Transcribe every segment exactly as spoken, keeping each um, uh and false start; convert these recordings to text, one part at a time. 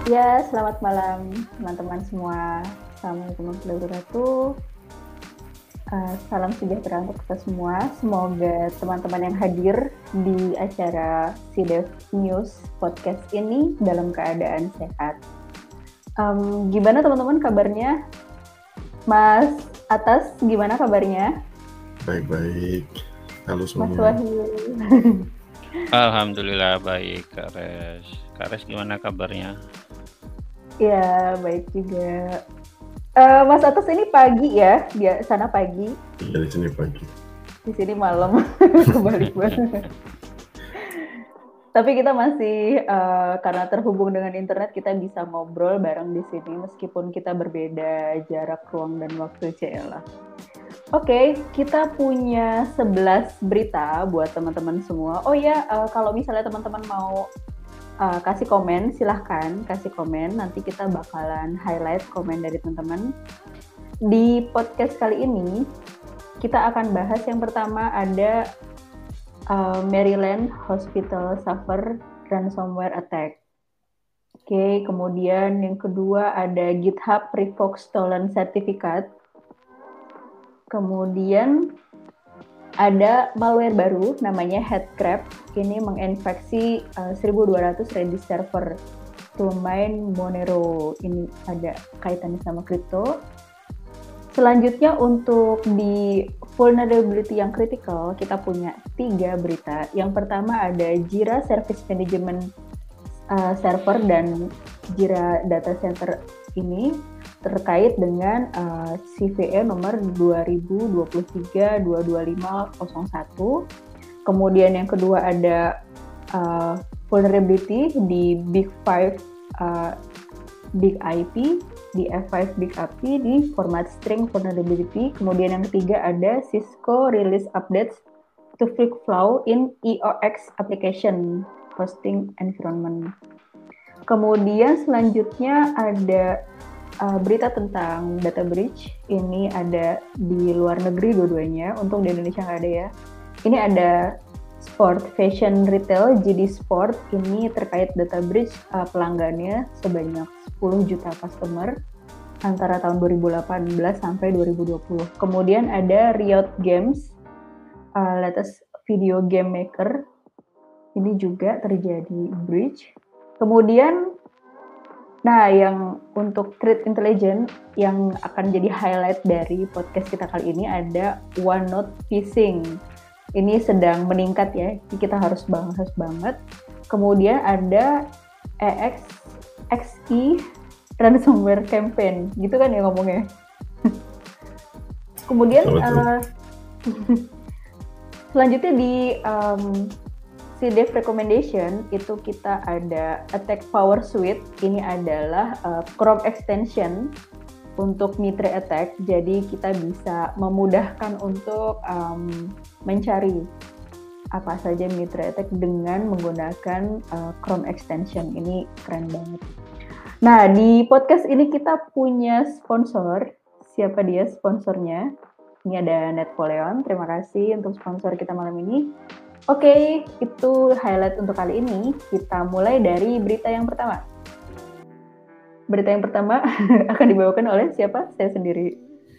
Ya, selamat malam teman-teman semua. Assalamualaikum warahmatullahi wabarakatuh. Uh, salam sejahtera untuk kita semua. Semoga teman-teman yang hadir di acara SIDEF News Podcast ini dalam keadaan sehat. Um, gimana teman-teman kabarnya? Mas Atas, gimana kabarnya? Baik-baik. Halo semua. Mas Wahyu. Alhamdulillah baik, Kak Res. Kak Res gimana kabarnya? Ya, baik juga. Uh, Mas Atas ini pagi ya, di sana pagi. Iya, di sini pagi. Di sini malam. Kebalik banget. Tapi kita masih uh, karena terhubung dengan internet, kita bisa ngobrol bareng di sini meskipun kita berbeda jarak ruang dan waktu. Cila. Oke, okay, kita punya sebelas berita buat teman-teman semua. Oh ya, uh, kalau misalnya teman-teman mau Uh, kasih komen, silahkan kasih komen. Nanti kita bakalan highlight komen dari teman-teman. Di podcast kali ini, kita akan bahas yang pertama ada uh, Maryland Hospital suffer ransomware attack. Oke, okay, kemudian yang kedua ada GitHub revoke stolen certificate. Kemudian ada malware baru namanya Headcrab. Ini menginfeksi uh, seribu dua ratus Redis server domain Monero. Ini ada kaitannya sama kripto. Selanjutnya untuk di vulnerability yang critical, kita punya tiga berita. Yang pertama ada Jira Service Management uh, Server dan Jira Data Center ini terkait dengan uh, C V E nomor dua ribu dua puluh tiga dua dua lima nol satu. Kemudian yang kedua ada uh, vulnerability di Big Five uh, Big I P, di F lima Big I P, di format string vulnerability. Kemudian yang ketiga ada Cisco release updates to fix flaw in E O X application hosting environment. Kemudian selanjutnya ada Uh, berita tentang data breach. Ini ada di luar negeri dua-duanya, untung di Indonesia nggak ada ya. Ini ada sport, fashion, retail, J D Sport. Ini terkait data breach uh, pelanggannya sebanyak sepuluh juta customer antara tahun dua ribu delapan belas sampai dua ribu dua puluh. Kemudian ada Riot Games, uh, latest video game maker. Ini juga terjadi breach. Kemudian nah, yang untuk threat intelligence yang akan jadi highlight dari podcast kita kali ini ada OneNote phishing. Ini sedang meningkat ya, kita harus bahas banget. Kemudian ada E X X I ransomware campaign, gitu kan ya ngomongnya. Kemudian uh, selanjutnya di um, SIDEF recommendation itu kita ada Attack Power Suite. Ini adalah uh, Chrome extension untuk Mitre Attack. Jadi kita bisa memudahkan untuk um, mencari apa saja Mitre Attack dengan menggunakan uh, Chrome extension. Ini keren banget. Nah, di podcast ini kita punya sponsor. Siapa dia sponsornya? Ini ada Netpoleon. Terima kasih untuk sponsor kita malam ini. Oke, okay, itu highlight untuk kali ini. Kita mulai dari berita yang pertama. Berita yang pertama akan dibawakan oleh siapa? Saya sendiri.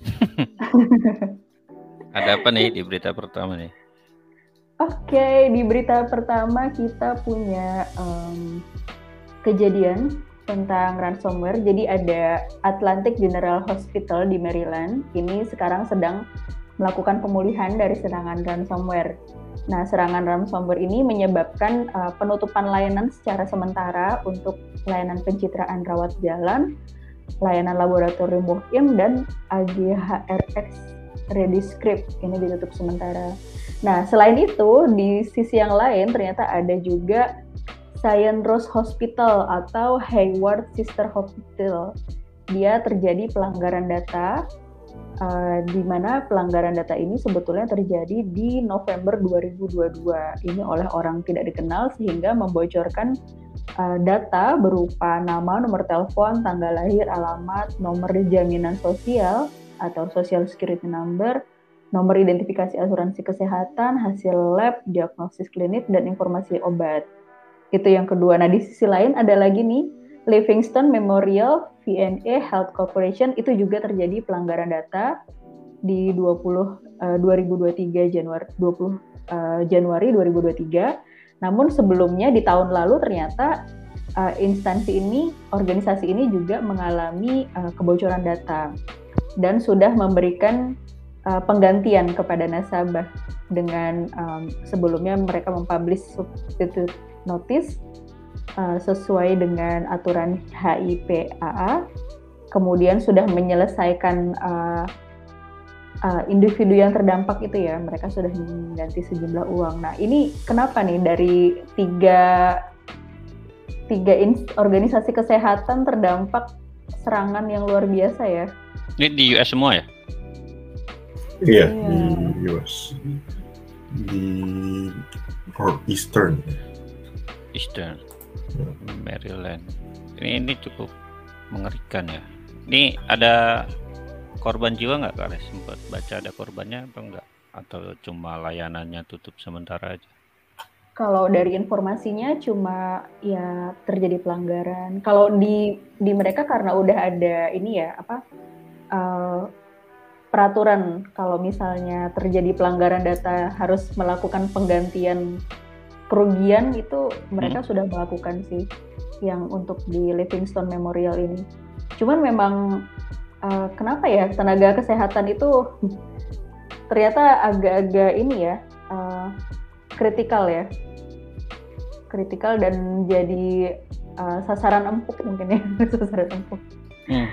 Ada apa nih di berita pertama nih? Oke, okay, di berita pertama kita punya um, kejadian tentang ransomware. Jadi ada Atlantic General Hospital di Maryland. Ini sekarang sedang melakukan pemulihan dari serangan ransomware. Nah, serangan ransomware ini menyebabkan uh, penutupan layanan secara sementara untuk layanan pencitraan rawat jalan, layanan laboratorium walk-in, dan A G H R X Redescript. Ini ditutup sementara. Nah, selain itu, di sisi yang lain ternyata ada juga Saint Rose Hospital atau Hayward Sister Hospital. Dia terjadi pelanggaran data, Uh, di mana pelanggaran data ini sebetulnya terjadi di November dua ribu dua puluh dua. Ini oleh orang tidak dikenal sehingga membocorkan uh, data berupa nama, nomor telepon, tanggal lahir, alamat, nomor jaminan sosial atau Social Security Number, nomor identifikasi asuransi kesehatan, hasil lab, diagnosis klinik, dan informasi obat. Itu yang kedua. Nah, di sisi lain ada lagi nih Livingstone Memorial V N A Health Corporation itu juga terjadi pelanggaran data di dua puluh, uh, dua ribu dua puluh tiga Januari dua puluh uh, Januari dua ribu dua puluh tiga. Namun sebelumnya di tahun lalu ternyata uh, instansi ini, organisasi ini juga mengalami uh, kebocoran data dan sudah memberikan uh, penggantian kepada nasabah dengan um, sebelumnya mereka mempublish substitute notice uh, sesuai dengan aturan H I P A A, kemudian sudah menyelesaikan uh, uh, individu yang terdampak itu ya, mereka sudah mengganti sejumlah uang. Nah ini kenapa nih dari tiga tiga ins- organisasi kesehatan terdampak serangan yang luar biasa ya? Ini di U S semua ya? Iya, Iya. di U S. Di Northeastern. Eastern, Maryland. Ini ini cukup mengerikan ya. Ini ada korban jiwa nggak, Kak? Sempat baca ada korbannya atau enggak? Atau cuma layanannya tutup sementara aja? Kalau dari informasinya cuma ya terjadi pelanggaran. Kalau di di mereka karena udah ada ini ya apa uh, peraturan kalau misalnya terjadi pelanggaran data harus melakukan penggantian kerugian itu mereka hmm. sudah melakukan sih yang untuk di Livingstone Memorial ini. Cuman memang uh, kenapa ya tenaga kesehatan itu ternyata agak-agak ini ya uh, kritikal ya. kritikal dan jadi uh, sasaran empuk mungkin ya, sasaran empuk. Hmm.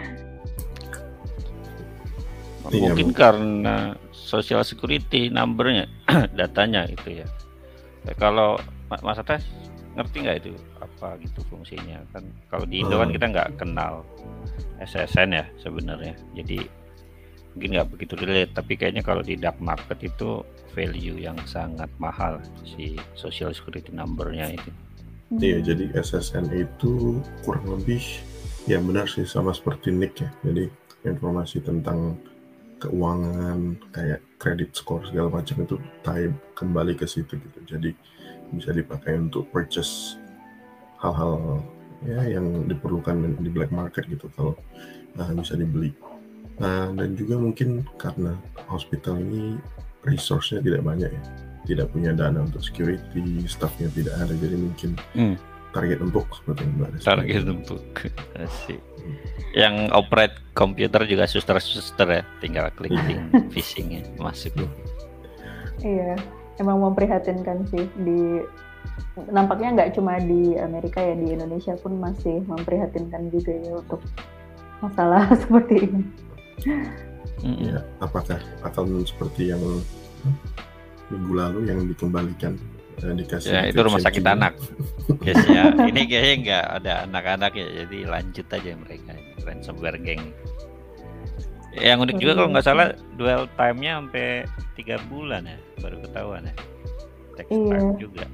Mungkin karena social security number-nya, datanya itu ya. Kalau Mas Atas ngerti nggak itu apa gitu fungsinya? Kan kalau di Indo kan kita nggak kenal S S N ya sebenarnya. Jadi mungkin nggak begitu relate, tapi kayaknya kalau di dark market itu value yang sangat mahal si social security number-nya itu. Hmm. Iya, jadi S S N itu kurang lebih ya benar sih sama seperti N I C ya. Jadi informasi tentang keuangan kayak credit score segala macam itu tie kembali ke situ gitu. Jadi bisa dipakai untuk purchase hal-hal ya yang diperlukan di black market gitu kalau nah, bisa dibeli. Nah, dan juga mungkin karena hospital ini resource-nya tidak banyak ya, tidak punya dana untuk security, staff-nya tidak ada, jadi mungkin hmm. target empuk seperti yang Mbak Desi. Target empuk, asik. Hmm. Yang operate komputer juga suster-suster ya, tinggal klik link phishing-nya masuk. Iya, emang memprihatinkan sih di nampaknya nggak cuma di Amerika ya, di Indonesia pun masih memprihatinkan juga ya untuk masalah seperti ini. Ya, apakah akan seperti yang minggu lalu yang dikembalikan eh, dikasih ya itu rumah sakit anak guys ya, ini kayaknya nggak ada anak-anak ya, jadi lanjut aja mereka ransomware geng. Yang unik juga kalau nggak salah dwell time-nya sampai tiga bulan ya baru ketahuan ya, text time iya. juga.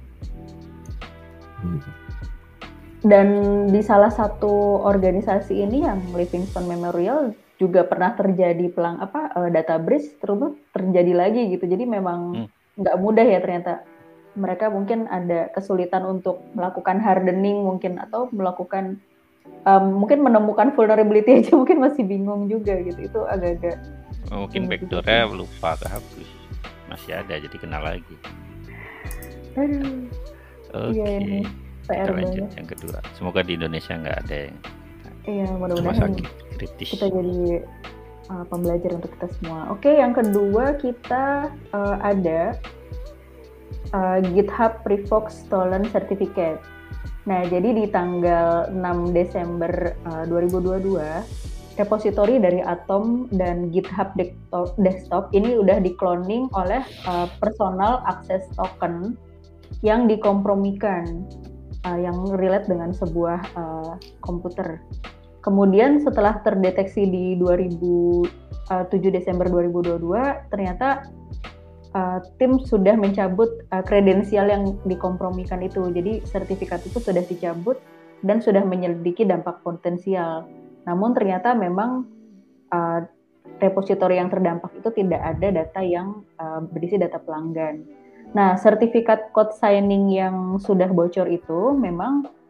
Dan di salah satu organisasi ini yang Livingstone Memorial juga pernah terjadi pelang apa uh, data breach terus terjadi lagi gitu. Jadi memang nggak hmm. mudah ya ternyata. Mereka mungkin ada kesulitan untuk melakukan hardening mungkin atau melakukan um, mungkin menemukan vulnerability aja mungkin masih bingung juga gitu. Itu agak-agak oh, mungkin backdoor-nya lupa kehapus. Masih ada jadi kena lagi. Aduh. Oke. Okay. Iya, kita lanjut yang kedua. Semoga di Indonesia nggak ada yang iya, mudah-mudahan kita jadi uh, pembelajar untuk kita semua. Oke, yang kedua kita uh, ada uh, GitHub Revoke Stolen Certificate. Nah, jadi di tanggal enam Desember uh, dua ribu dua puluh dua, repositori dari Atom dan GitHub Desktop, desktop ini udah di-cloning oleh uh, personal access token yang dikompromikan, uh, yang relate dengan sebuah uh, komputer. Kemudian setelah terdeteksi di dua ribu tujuh Desember dua ribu dua puluh dua, ternyata uh, tim sudah mencabut uh, kredensial yang dikompromikan itu. Jadi sertifikat itu sudah dicabut dan sudah menyelidiki dampak potensial. Namun ternyata memang uh, repositori yang terdampak itu tidak ada data yang uh, berisi data pelanggan. Nah, sertifikat code signing yang sudah bocor itu memang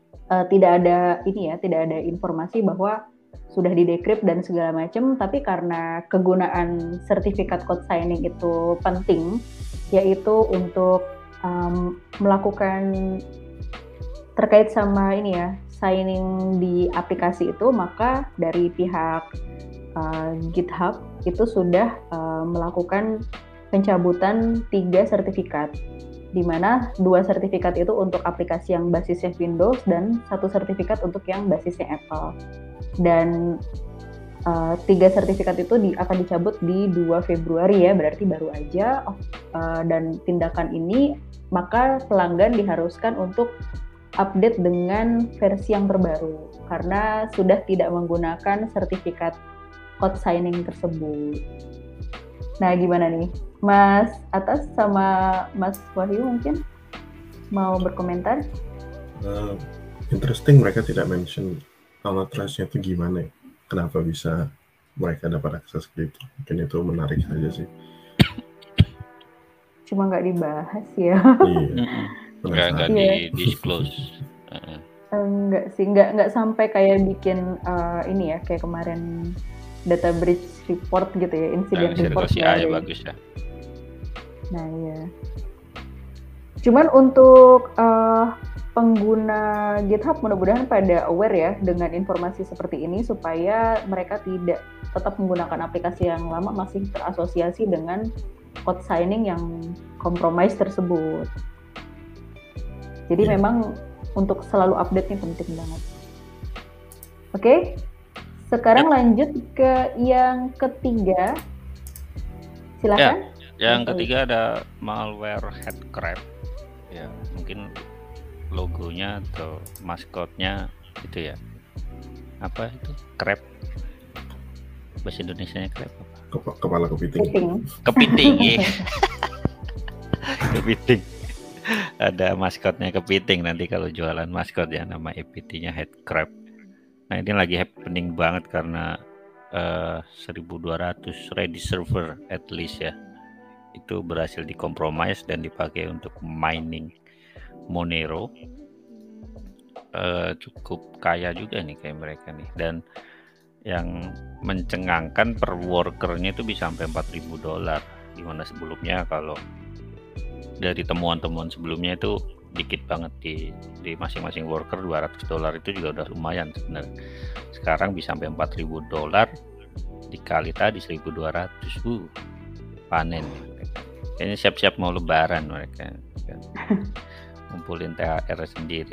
uh, tidak ada ini ya, tidak ada informasi bahwa sudah di-decrypt dan segala macam, tapi karena kegunaan sertifikat code signing itu penting, yaitu untuk um, melakukan terkait sama ini ya, signing di aplikasi itu, maka dari pihak uh, GitHub itu sudah uh, melakukan pencabutan tiga sertifikat, di mana dua sertifikat itu untuk aplikasi yang basisnya Windows dan satu sertifikat untuk yang basisnya Apple. Dan uh, tiga sertifikat itu di, akan dicabut di dua Februari ya, berarti baru aja. Uh, dan tindakan ini maka pelanggan diharuskan untuk update dengan versi yang terbaru karena sudah tidak menggunakan sertifikat code signing tersebut. Nah, gimana nih, Mas Atas sama Mas Wahyu mungkin mau berkomentar? Uh, interesting, mereka tidak mention unauthorized-nya itu gimana ya? Kenapa bisa mereka dapat akses ke itu? Mungkin itu menarik saja sih. Cuma nggak dibahas ya. Iya. Nggak nggak di disclose. Enggak sih, nggak nggak sampai kayak bikin uh, ini ya, kayak kemarin data breach report gitu ya, insiden nah, report ya, bagus ya. Nah ya. Cuman untuk uh, pengguna GitHub mudah-mudahan pada aware ya dengan informasi seperti ini supaya mereka tidak tetap menggunakan aplikasi yang lama masih terasosiasi dengan code signing yang compromise tersebut. Jadi yeah. memang untuk selalu update ini penting banget. Oke, okay? Sekarang yeah. lanjut ke yang ketiga. Silakan. Yeah. Yang ketiga ada malware headcrab. Ya, mungkin logonya atau maskotnya itu ya. Apa itu? Crab. Bahasa Indonesianya crab apa? Kep- kepala kepiting. Kepiting, ya. Kepiting. Ada maskotnya kepiting nanti kalau jualan maskot ya, nama E P T-nya headcrab. Nah, ini lagi happening banget karena uh, seribu dua ratus Redis server at least ya. Itu berhasil dikompromis dan dipakai untuk mining Monero. Uh, cukup kaya juga nih kayak mereka nih, dan yang mencengangkan per workernya itu bisa sampai empat ribu dolar, dimana sebelumnya kalau dari temuan-temuan sebelumnya itu dikit banget di di masing-masing worker dua ratus dolar itu juga udah lumayan sebenarnya. Sekarang bisa sampai empat ribu dolar dikali tadi seribu dua ratus. Uh, panen nih mereka. Kayaknya siap-siap mau lebaran mereka kan. Ngumpulin T H R sendiri.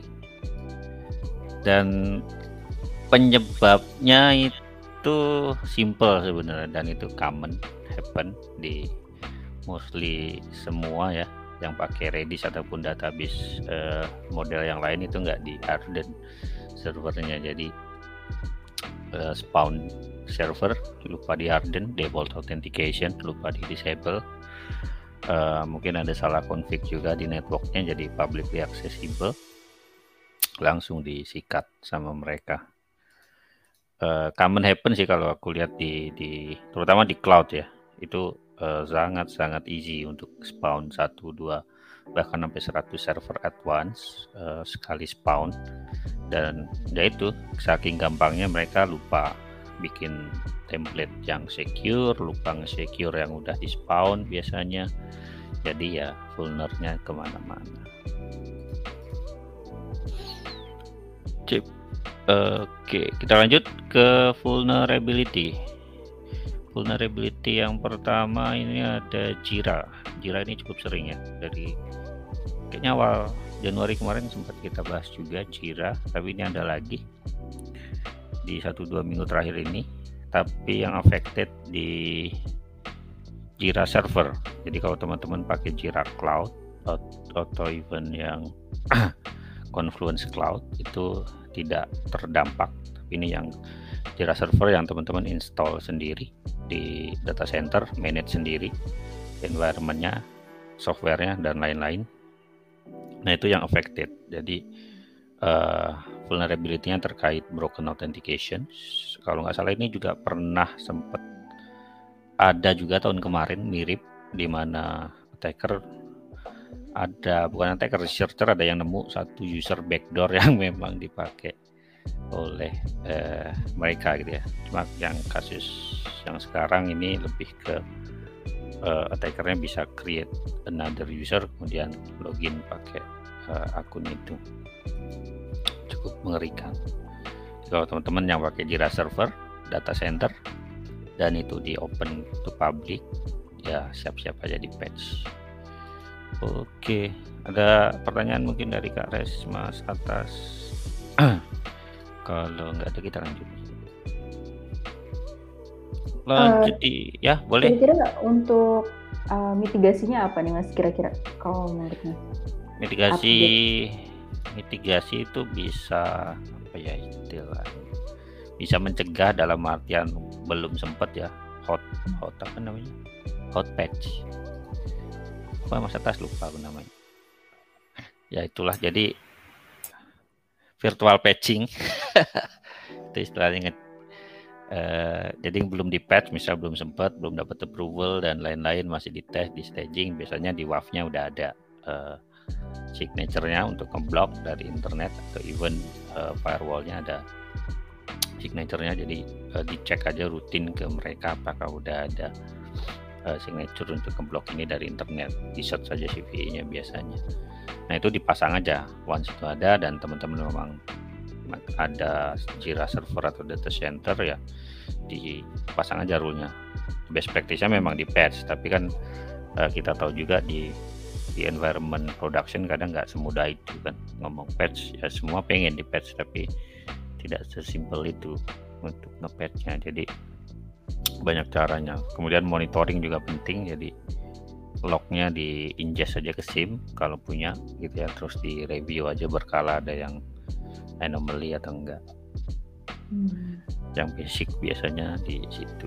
Dan penyebabnya itu simple sebenarnya dan itu common happen di mostly semua ya yang pakai Redis ataupun database uh, model yang lain itu nggak di harden servernya, jadi uh, spawn server lupa di harden, default authentication lupa di disable, uh, mungkin ada salah config juga di networknya jadi publicly accessible, langsung disikat sama mereka. Uh, common happen sih kalau aku lihat di, di terutama di cloud ya, itu uh, sangat sangat easy untuk spawn satu dua bahkan sampai seratus server at once uh, sekali spawn, dan ya itu saking gampangnya mereka lupa bikin template yang secure, lupa nge-secure yang udah di spawn biasanya, jadi ya vulnernya kemana-mana. Cip. Oke, kita lanjut ke vulnerability. Vulnerability yang pertama ini ada Jira. Jira ini cukup sering ya, dari kayaknya awal Januari kemarin sempat kita bahas juga Jira, tapi ini ada lagi di satu dua minggu terakhir ini. Tapi yang affected di Jira server. Jadi kalau teman-teman pakai Jira Cloud atau even yang Confluence Cloud itu tidak terdampak. Ini yang Jira server yang teman-teman install sendiri di data center, manage sendiri environment-nya, software-nya dan lain-lain. Nah, itu yang affected. Jadi uh, vulnerability-nya terkait broken authentication. Kalau nggak salah ini juga pernah sempat ada juga tahun kemarin mirip, di mana attacker ada bukan attacker, researcher ada yang nemu satu user backdoor yang memang dipakai oleh uh, mereka gitu ya. Cuma yang kasus yang sekarang ini lebih ke uh, attackernya bisa create another user kemudian login pakai uh, akun itu. Cukup mengerikan. Kalau teman-teman yang pakai Jira Server, data center, dan itu di open to public, ya siap-siap aja di patch. Oke, ada pertanyaan mungkin dari Kak Res, Mas Atas? Kalau nggak ada kita lanjut. Lanjut uh, di, ya boleh. Kira-kira untuk uh, mitigasinya apa nih Mas? Kira-kira kalau menurutnya? Mitigasi, update. Mitigasi itu bisa apa ya istilahnya, bisa mencegah dalam artian belum sempat ya hot hot apa namanya hot patch apa Mas Atas lupa apa namanya ya itulah, jadi virtual patching itu istilahnya. Uh, jadi belum di patch, misal belum sempat, belum dapat approval dan lain-lain, masih di test, di staging, biasanya di W A F-nya udah ada uh, signature-nya untuk ngeblok dari internet atau even uh, firewall-nya ada signature-nya, jadi uh, dicek aja rutin ke mereka apakah udah ada uh, signature untuk ngeblok ini dari internet, di search saja C V E-nya biasanya. Nah itu dipasang aja once itu ada dan teman-teman memang ada Jira Server atau data center ya dipasang aja rule-nya. Best practice-nya memang di patch, tapi kan uh, kita tahu juga di di environment production kadang nggak semudah itu kan ngomong patch ya, semua pengen di patch tapi tidak sesimpel itu untuk nge-patch-nya, jadi banyak caranya. Kemudian monitoring juga penting, jadi lognya di ingest saja ke SIEM kalau punya gitu ya, terus di review aja berkala ada yang anomaly atau enggak. hmm. Yang basic biasanya di situ.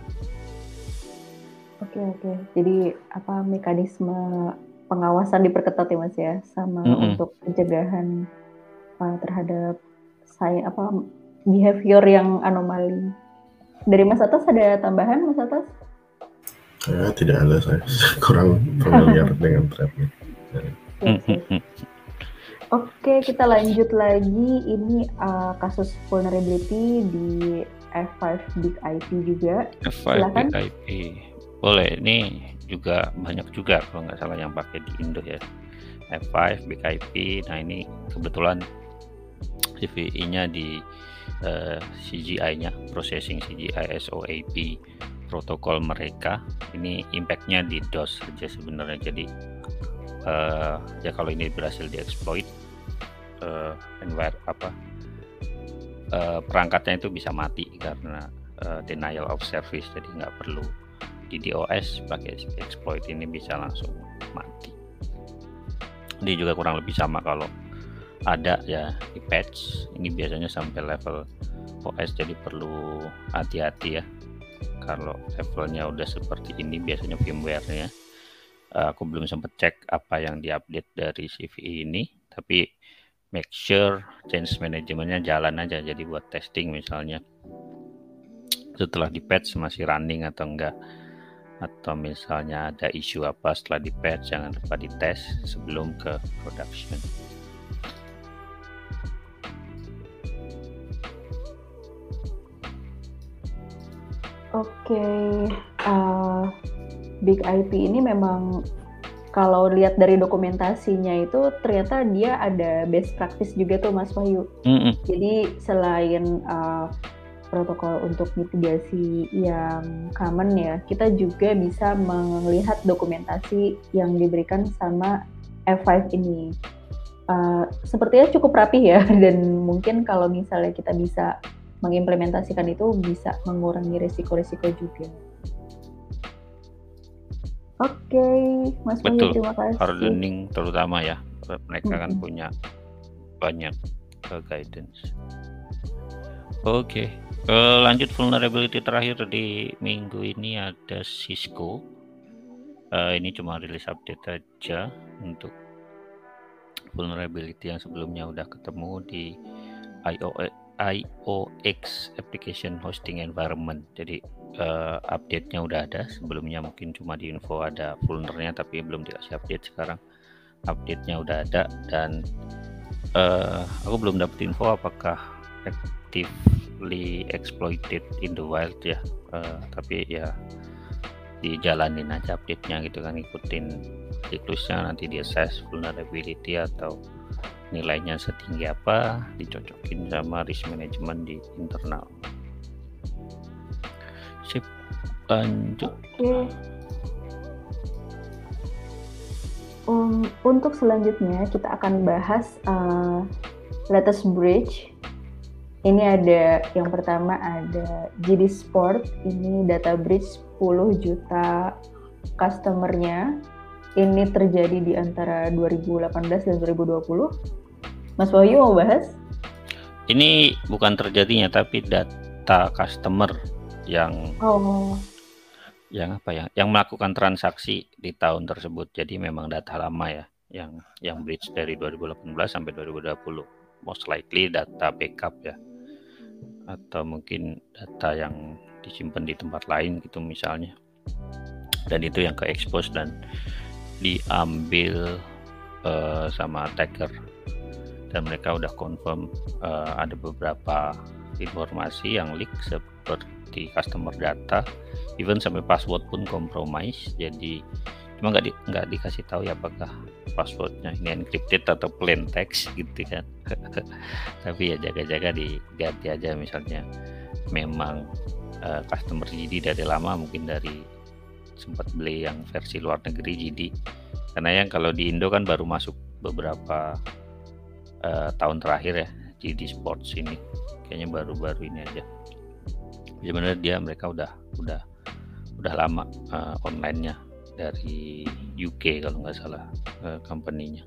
Oke oke, jadi apa mekanisme pengawasan diperketat ya Mas ya, sama mm-hmm. untuk pencegahan uh, terhadap saya apa behavior yang anomali. Dari Mas Atas ada tambahan Mas Atas? Ya, tidak ada, saya kurang familiar dengan trapnya. Mm-hmm. Oke, kita lanjut lagi. Ini uh, kasus vulnerability di F five Big I P juga. F five Silakan. Big I P boleh, ini juga banyak juga kalau nggak salah yang pakai di Indo ya, F five Big I P. Nah ini kebetulan C V E-nya di uh, C G I-nya, processing C G I S O A P protokol mereka. Ini impact-nya di DOS saja sebenarnya. Jadi uh, ya kalau ini berhasil dieksploit, uh, envir apa uh, perangkatnya itu bisa mati karena uh, denial of service. Jadi nggak perlu di DOS, pakai exploit ini bisa langsung mati. Ini juga kurang lebih sama kalau ada ya di patch, ini biasanya sampai level O S, jadi perlu hati-hati ya. Kalau levelnya udah seperti ini biasanya firmware-nya. Uh, aku belum sempat cek apa yang diupdate dari C V E ini, tapi make sure change manajemennya jalan aja. Jadi buat testing misalnya setelah di patch masih running atau enggak, atau misalnya ada isu apa setelah di patch, jangan lupa dites sebelum ke production. Oke, okay. uh, Big I P ini memang kalau lihat dari dokumentasinya itu ternyata dia ada best practice juga tuh Mas Wahyu. Mm-hmm. Jadi selain uh, protokol untuk mitigasi yang common ya, kita juga bisa melihat dokumentasi yang diberikan sama F five ini. Uh, sepertinya cukup rapih ya, dan mungkin kalau misalnya kita bisa mengimplementasikan itu bisa mengurangi risiko-risiko juga. Oke, okay, Mas Wahyu, terima kasih. Hardening terutama ya, mereka mm-hmm. kan punya banyak uh, guidance. Oke. Okay. Uh, lanjut vulnerability terakhir di minggu ini ada Cisco. Uh, ini cuma rilis update aja untuk vulnerability yang sebelumnya udah ketemu di I O X Application Hosting Environment. Jadi uh, update-nya udah ada. Sebelumnya mungkin cuma di info ada vulnernya tapi belum dikasih update sekarang. update-nya udah ada, dan uh, aku belum dapat info apakah actively exploited in the wild ya, uh, tapi ya dijalanin aja update-nya gitu kan, ikutin siklusnya, nanti di assess vulnerability atau nilainya setinggi apa, dicocokin sama risk management di internal. Sip, lanjut. Oke. Um, untuk selanjutnya kita akan bahas uh, latest breach. Ini ada yang pertama ada G D Sport, ini data breach sepuluh juta customernya. Ini terjadi di antara dua ribu delapan belas dan dua ribu dua puluh. Mas Wahyu mau bahas? Ini bukan terjadinya tapi data customer yang oh. yang apa ya? Yang melakukan transaksi di tahun tersebut. Jadi memang data lama ya, yang yang breach dari dua ribu delapan belas sampai dua ribu dua puluh. Most likely data backup ya. Atau mungkin data yang disimpan di tempat lain gitu misalnya, dan itu yang ke expose dan diambil uh, sama attacker, dan mereka udah confirm uh, ada beberapa informasi yang leak seperti customer data, even sampai password pun compromise. Jadi cuma nggak di, nggak dikasih tahu ya apakah passwordnya ini encrypted atau plain text gitu kan. Tapi ya jaga-jaga diganti aja, misalnya memang uh, customer G D dari lama, mungkin dari sempat beli yang versi luar negeri G D, karena yang kalau di Indo kan baru masuk beberapa uh, tahun terakhir ya G D Sports ini, kayaknya baru-baru ini aja. Sebenarnya dia mereka udah udah udah lama uh, online-nya dari U K kalau nggak salah uh, company-nya.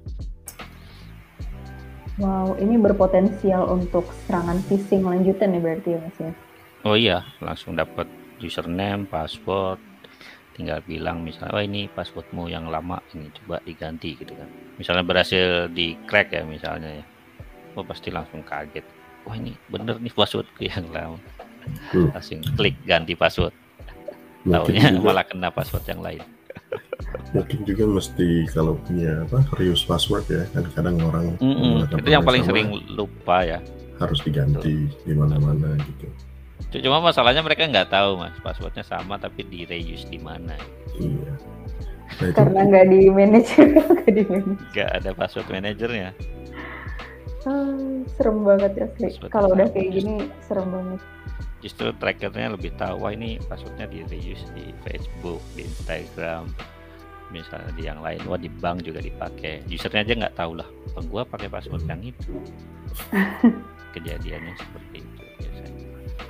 Wow, ini berpotensial untuk serangan phishing lanjutan ya berarti ya Mas ya? Oh iya, langsung dapat username, password, tinggal bilang misalnya, oh ini passwordmu yang lama, ini coba diganti gitu kan. Misalnya berhasil di crack ya misalnya ya, oh pasti langsung kaget, wah ini bener nih passwordku yang lama, hmm. langsung klik ganti password, taunya malah kena password yang lain. Mungkin juga mesti kalau punya apa reuse password ya, kan kadang orang mm-hmm. itu yang paling sering lupa ya, harus diganti di mana-mana gitu. Cuma masalahnya mereka nggak tahu Mas, passwordnya sama tapi di reuse di mana. Iya. Nah, itu... Karena nggak di manage, nggak di manage. Nggak ada password manajernya. Hmm, serem banget ya sih. Kalau udah kayak gini serem banget. Justru trackernya lebih tahu, wah ini passwordnya di reuse di Facebook, di Instagram, misalnya di yang lain, wah di bank juga dipakai. Usernya aja nggak tahu lah, bang gua pakai password yang itu. Kejadiannya seperti itu biasanya.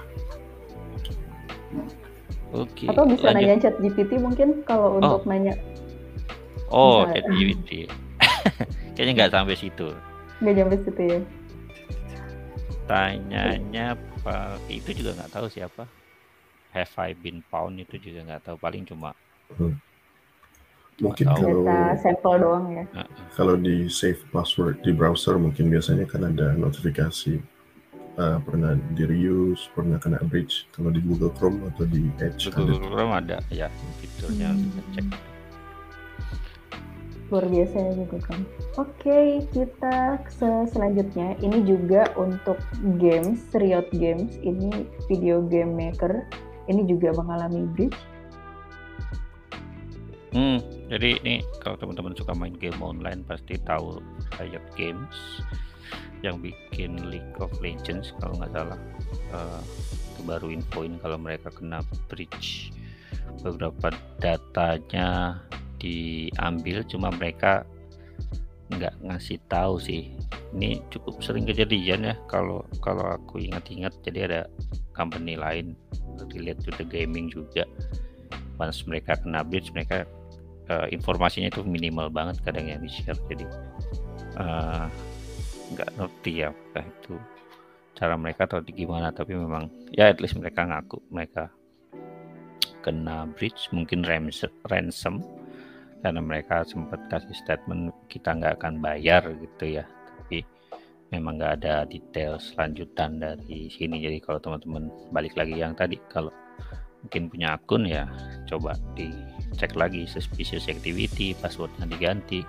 Oke. Atau bisa lanjut. Nanya Chat G P T mungkin kalau untuk oh. nanya. Oh, Chat G P T. Kayaknya nggak sampai situ. Nggak sampai situ ya. Tanyanya apa? Itu juga nggak tahu siapa. Have I been found itu juga nggak tahu. Paling cuma. Hmm. Mungkin data kalau sampel doang ya. Kalau di save password di browser mungkin biasanya kan ada notifikasi uh, pernah di reuse, pernah kena breach. Kalau di Google Chrome atau di Edge Google ada. Chrome ada ya fiturnya, hmm. kita cek. Luar biasa ya Google Chrome. Oke, kita ke selanjutnya. Ini juga untuk games, Riot Games. Ini video game maker. Ini juga mengalami breach. Hmm, jadi ini kalau teman-teman suka main game online pasti tahu Riot Games yang bikin League of Legends kalau nggak salah. Uh, itu baru infoin kalau mereka kena breach. Beberapa datanya diambil, cuma mereka nggak ngasih tahu sih. Ini cukup sering kejadian ya kalau kalau aku ingat-ingat. Jadi ada company lain relate to the gaming juga. Once mereka kena breach, mereka Uh, informasinya itu minimal banget kadang yang di-share, jadi uh, nggak ngerti ya apakah itu cara mereka atau gimana, tapi memang ya at least mereka ngaku mereka kena breach, mungkin ransom karena mereka sempat kasih statement kita nggak akan bayar gitu ya, tapi memang nggak ada detail selanjutan dari sini. Jadi kalau teman-teman balik lagi yang tadi, kalau mungkin punya akun ya coba dicek lagi suspicious activity, passwordnya diganti,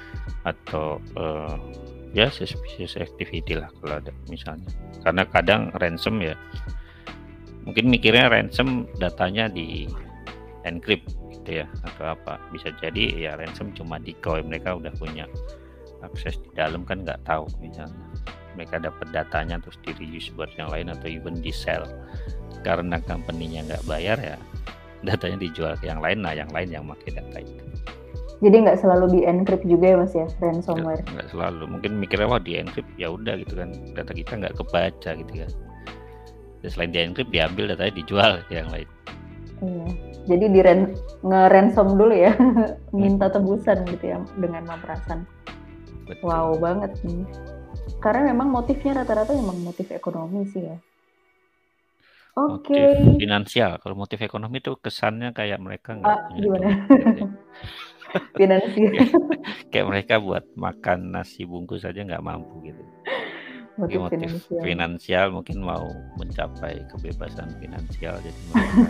atau uh, ya suspicious activity lah kalau ada misalnya. Karena kadang ransom ya mungkin mikirnya ransom datanya di encrypt gitu ya atau apa, bisa jadi ya ransom cuma decoy, mereka udah punya akses di dalam kan nggak tahu, misalnya mereka dapat datanya terus di reuse buat yang lain atau even di sell karena company-nya nggak bayar ya datanya dijual ke yang lain, nah yang lain yang pakai data itu. Jadi nggak selalu di encrypt juga ya mas ya ransomware? Nggak, nggak selalu, mungkin mikirnya wah di encrypt ya udah gitu kan, data kita nggak kebaca gitu kan. Dan selain di encrypt diambil datanya dijual ke yang lain. Iya. Jadi di ran- nge-ransom dulu ya, minta tebusan gitu ya dengan pemerasan. Betul. Wow banget nih. Karena memang motifnya rata-rata memang motif ekonomi sih ya. Oke. Okay. Motif finansial. Kalau motif ekonomi itu kesannya kayak mereka nggak ah, punya gimana? duit. Finansial. kayak, kayak mereka buat makan nasi bungkus aja nggak mampu gitu. Motif, motif finansial. finansial mungkin mau mencapai kebebasan finansial, jadi mereka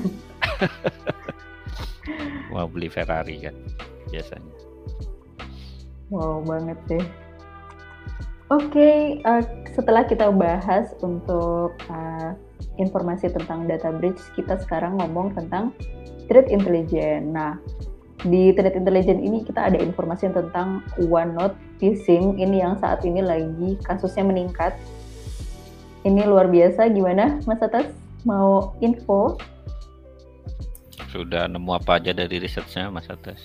mau beli Ferrari kan biasanya. Wow banget deh. Oke, okay, uh, setelah kita bahas untuk uh, informasi tentang data breach, kita sekarang ngomong tentang threat intelligence. Nah, di threat intelligence ini kita ada informasi tentang OneNote phishing. Ini yang saat ini lagi kasusnya meningkat. Ini luar biasa. Gimana, Mas Atas? Mau info? Sudah nemu apa aja dari risetnya, Mas Atas?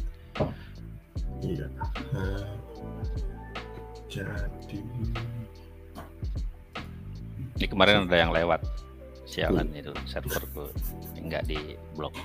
Iya. Uh, jadi ini kemarin ada yang lewat. Sialan hmm. itu serverku enggak di blok.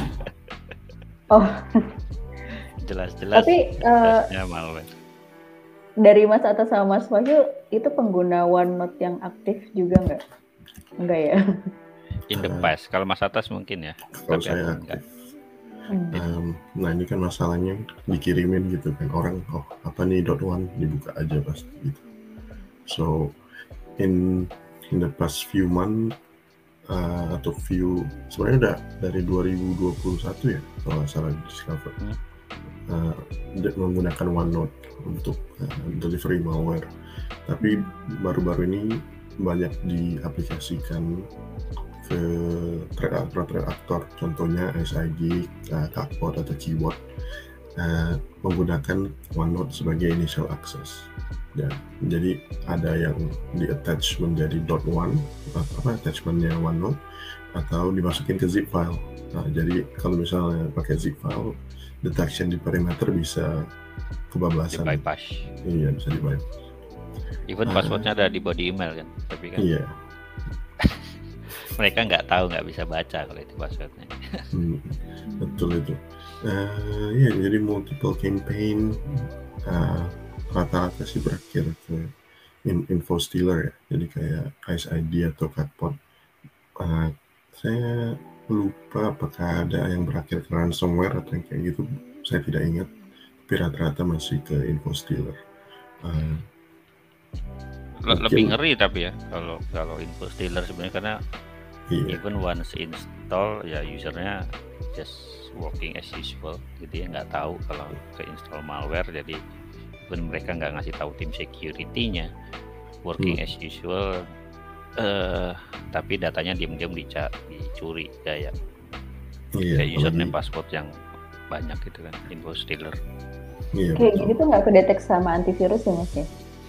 Oh. Jelas-jelas. Tapi uh, malware. Dari Mas Atas sama Mas Wahyu itu pengguna OneNote yang aktif juga nggak? Enggak ya? In the past. Kalau Mas Atas mungkin ya. Kalau saya aktif. Hmm. Um, nah ini kan masalahnya dikirimin gitu kan orang, oh apa nih dot one, dibuka aja pasti gitu. So in in the past few month uh, atau few sebenarnya udah dari dua ribu dua puluh satu ya kalau nggak salah discover hmm. uh, menggunakan OneNote untuk uh, delivery malware, tapi baru-baru ini banyak diaplikasikan ke threat actor, contohnya S I D, uh, Cutbot atau Keyword, uh, menggunakan OneNote sebagai initial access. Ya, jadi ada yang di attach menjadi dot one, apa attachmentnya OneNote, atau dimasukin ke zip file. Nah, jadi kalau misalnya pakai zip file, detection di perimeter bisa kebablasan. Di bypass. Iya, bisa di bypass. Even uh, passwordnya ada di body email kan, tapi kan. Iya. Mereka nggak tahu, nggak bisa baca kalau itu passwordnya. Hmm, betul itu. Uh, ya jadi multiple campaign uh, rata-rata sih berakhir ke in- info stealer ya. Jadi kayak S I D atau Cutbot. Uh, saya lupa apakah ada yang berakhir ke ransomware atau yang kayak gitu. Saya tidak ingat. Tapi rata-rata masih ke info stealer. Uh, Lebih mungkin, ngeri tapi ya kalau kalau info stealer sebenarnya, karena iya. even once install ya usernya just working as usual gitu ya, nggak tahu kalau ke install malware, jadi even mereka nggak ngasih tahu tim security-nya working hmm. as usual, uh, tapi datanya diam-diam dica- dicuri kayak iya, kayak username password yang banyak gitu kan, info stealer. Iya, kayak betul. Gitu nggak kedetek sama antivirus ya mas ya?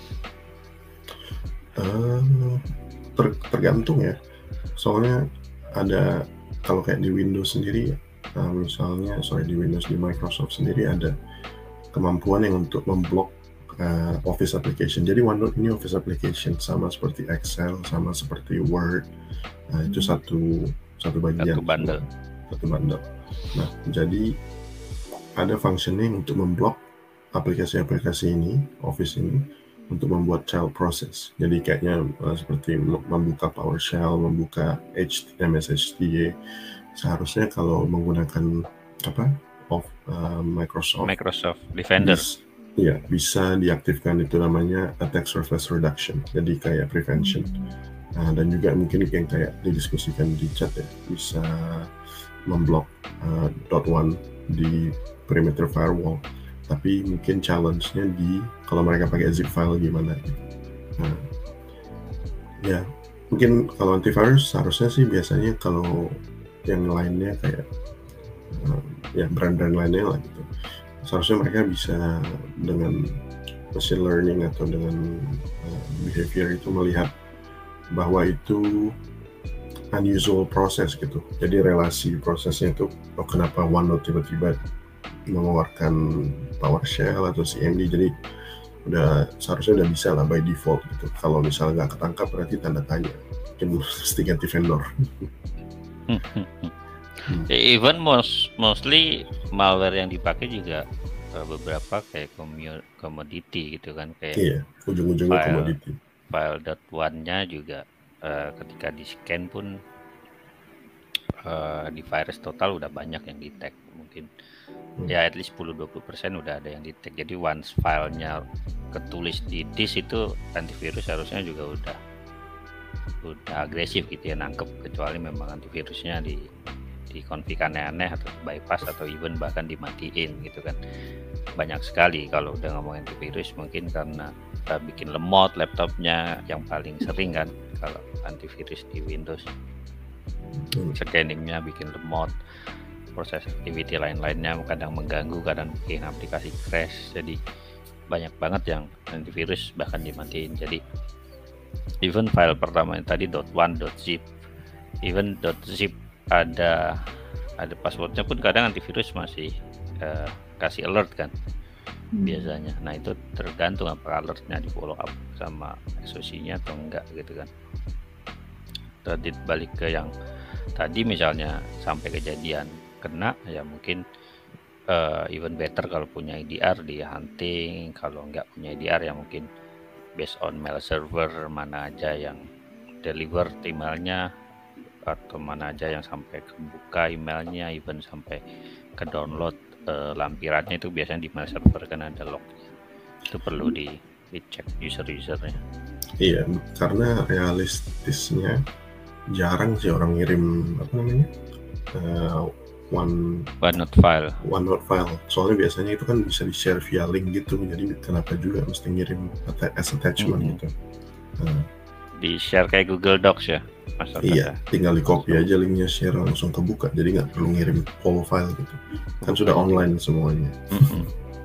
Uh, ter- tergantung ya. Soalnya ada, kalau kayak di Windows sendiri, uh, misalnya, sorry di Windows, di Microsoft sendiri ada kemampuan yang untuk memblok uh, Office application. Jadi OneNote ini Office application, sama seperti Excel, sama seperti Word. Uh, itu satu satu bagian. Satu bundle. Satu bundle. Nah, jadi ada functioning untuk memblok aplikasi-aplikasi ini, Office ini, untuk membuat child process. Jadi kayaknya uh, seperti membuka PowerShell, membuka H T M L, M S H T A. Seharusnya kalau menggunakan apa of uh, Microsoft Microsoft Defender, bis, ya bisa diaktifkan, itu namanya attack surface reduction. Jadi kayak prevention. Uh, dan juga mungkin yang kayak didiskusikan di chat ya, bisa memblok uh, dot one di perimeter firewall. tapi mungkin challenge-nya di kalau mereka pakai zip file gimana gitu. Nah, ya mungkin kalau antivirus seharusnya sih biasanya kalau yang lainnya kayak uh, ya brand-brand lainnya lah gitu, seharusnya mereka bisa dengan machine learning atau dengan uh, behavior itu melihat bahwa itu unusual proses gitu. Jadi relasi prosesnya itu, oh kenapa OneNote tiba-tiba mengeluarkan PowerShell atau C M D, jadi udah seharusnya udah bisa lah by default gitu. Kalau misalnya nggak ketangkap berarti tanda tanya, mungkin mesti ganti vendor. hmm. Even most, mostly malware yang dipakai juga uh, beberapa kayak commodity gitu kan, kayak iya, ujung-ujungnya file, commodity. File dot one-nya juga uh, ketika di scan pun uh, di virus total udah banyak yang di tag, mungkin hmm. ya at least sepuluh sampai dua puluh persen udah ada yang di tag. Jadi once filenya ketulis di disk itu antivirus harusnya juga udah udah agresif gitu ya nangkep, kecuali memang antivirusnya di di config aneh-aneh atau bypass atau even bahkan dimatiin gitu kan. Banyak sekali kalau udah ngomong antivirus, mungkin karena uh, bikin lemot laptopnya yang paling sering kan kalau antivirus di Windows. hmm. Scanningnya bikin lemot, proses activity lain-lainnya kadang mengganggu, kadang bikin aplikasi crash. Jadi banyak banget yang antivirus bahkan dimatiin. Jadi even file pertama yang tadi .one .zip, even .zip ada ada passwordnya pun kadang antivirus masih uh, kasih alert kan hmm. biasanya. Nah itu tergantung apakah alertnya di follow up sama S O C-nya atau enggak gitu kan. Tadi balik ke yang tadi misalnya sampai kejadian kena, ya mungkin uh, even better kalau punya I D R di hunting. Kalau enggak punya I D R ya mungkin based on mail server, mana aja yang deliver emailnya atau mana aja yang sampai kebuka emailnya, even sampai ke download uh, lampirannya itu biasanya di mail server kan ada lognya. Itu perlu di dicek user-usernya. Iya, karena realistisnya jarang sih orang ngirim apa namanya uh, one OneNote file. OneNote file. Soalnya biasanya itu kan bisa di share via link gitu, jadi kenapa juga mesti ngirim as attachment mm-hmm. gitu. Uh, di share kayak Google Docs ya. Masa iya, kata. Tinggal di copy aja linknya, share langsung kebuka, jadi nggak perlu ngirim whole file gitu. Kan sudah online semuanya. Mm-hmm.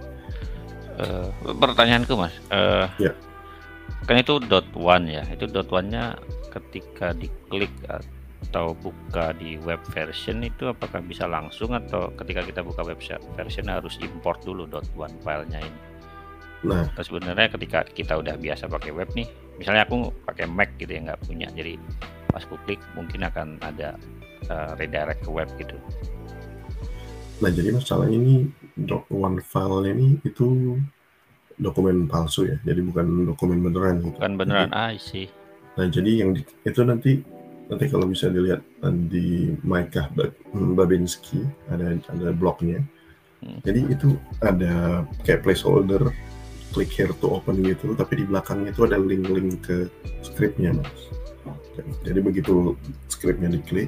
uh, pertanyaanku mas, uh, ya. kan itu dot one ya, itu dot one-nya ketika diklik atau buka di web version itu apakah bisa langsung, atau ketika kita buka web version harus import dulu dot one filenya ini? Nah, terus sebenarnya ketika kita udah biasa pakai web nih, misalnya aku pakai Mac gitu ya, nggak punya, jadi pas aku klik mungkin akan ada uh, redirect ke web gitu. Nah jadi masalah ini dot one file ini itu dokumen palsu ya, jadi bukan dokumen beneran gitu. Bukan beneran, jadi, ah sih. Nah jadi yang di, itu nanti nanti kalau bisa dilihat di Micah Babinski ada ada blognya. Hmm. Jadi itu ada kayak placeholder, click here to open gitu, tapi di belakangnya itu ada link-link ke scriptnya mas. Jadi begitu scriptnya diklik,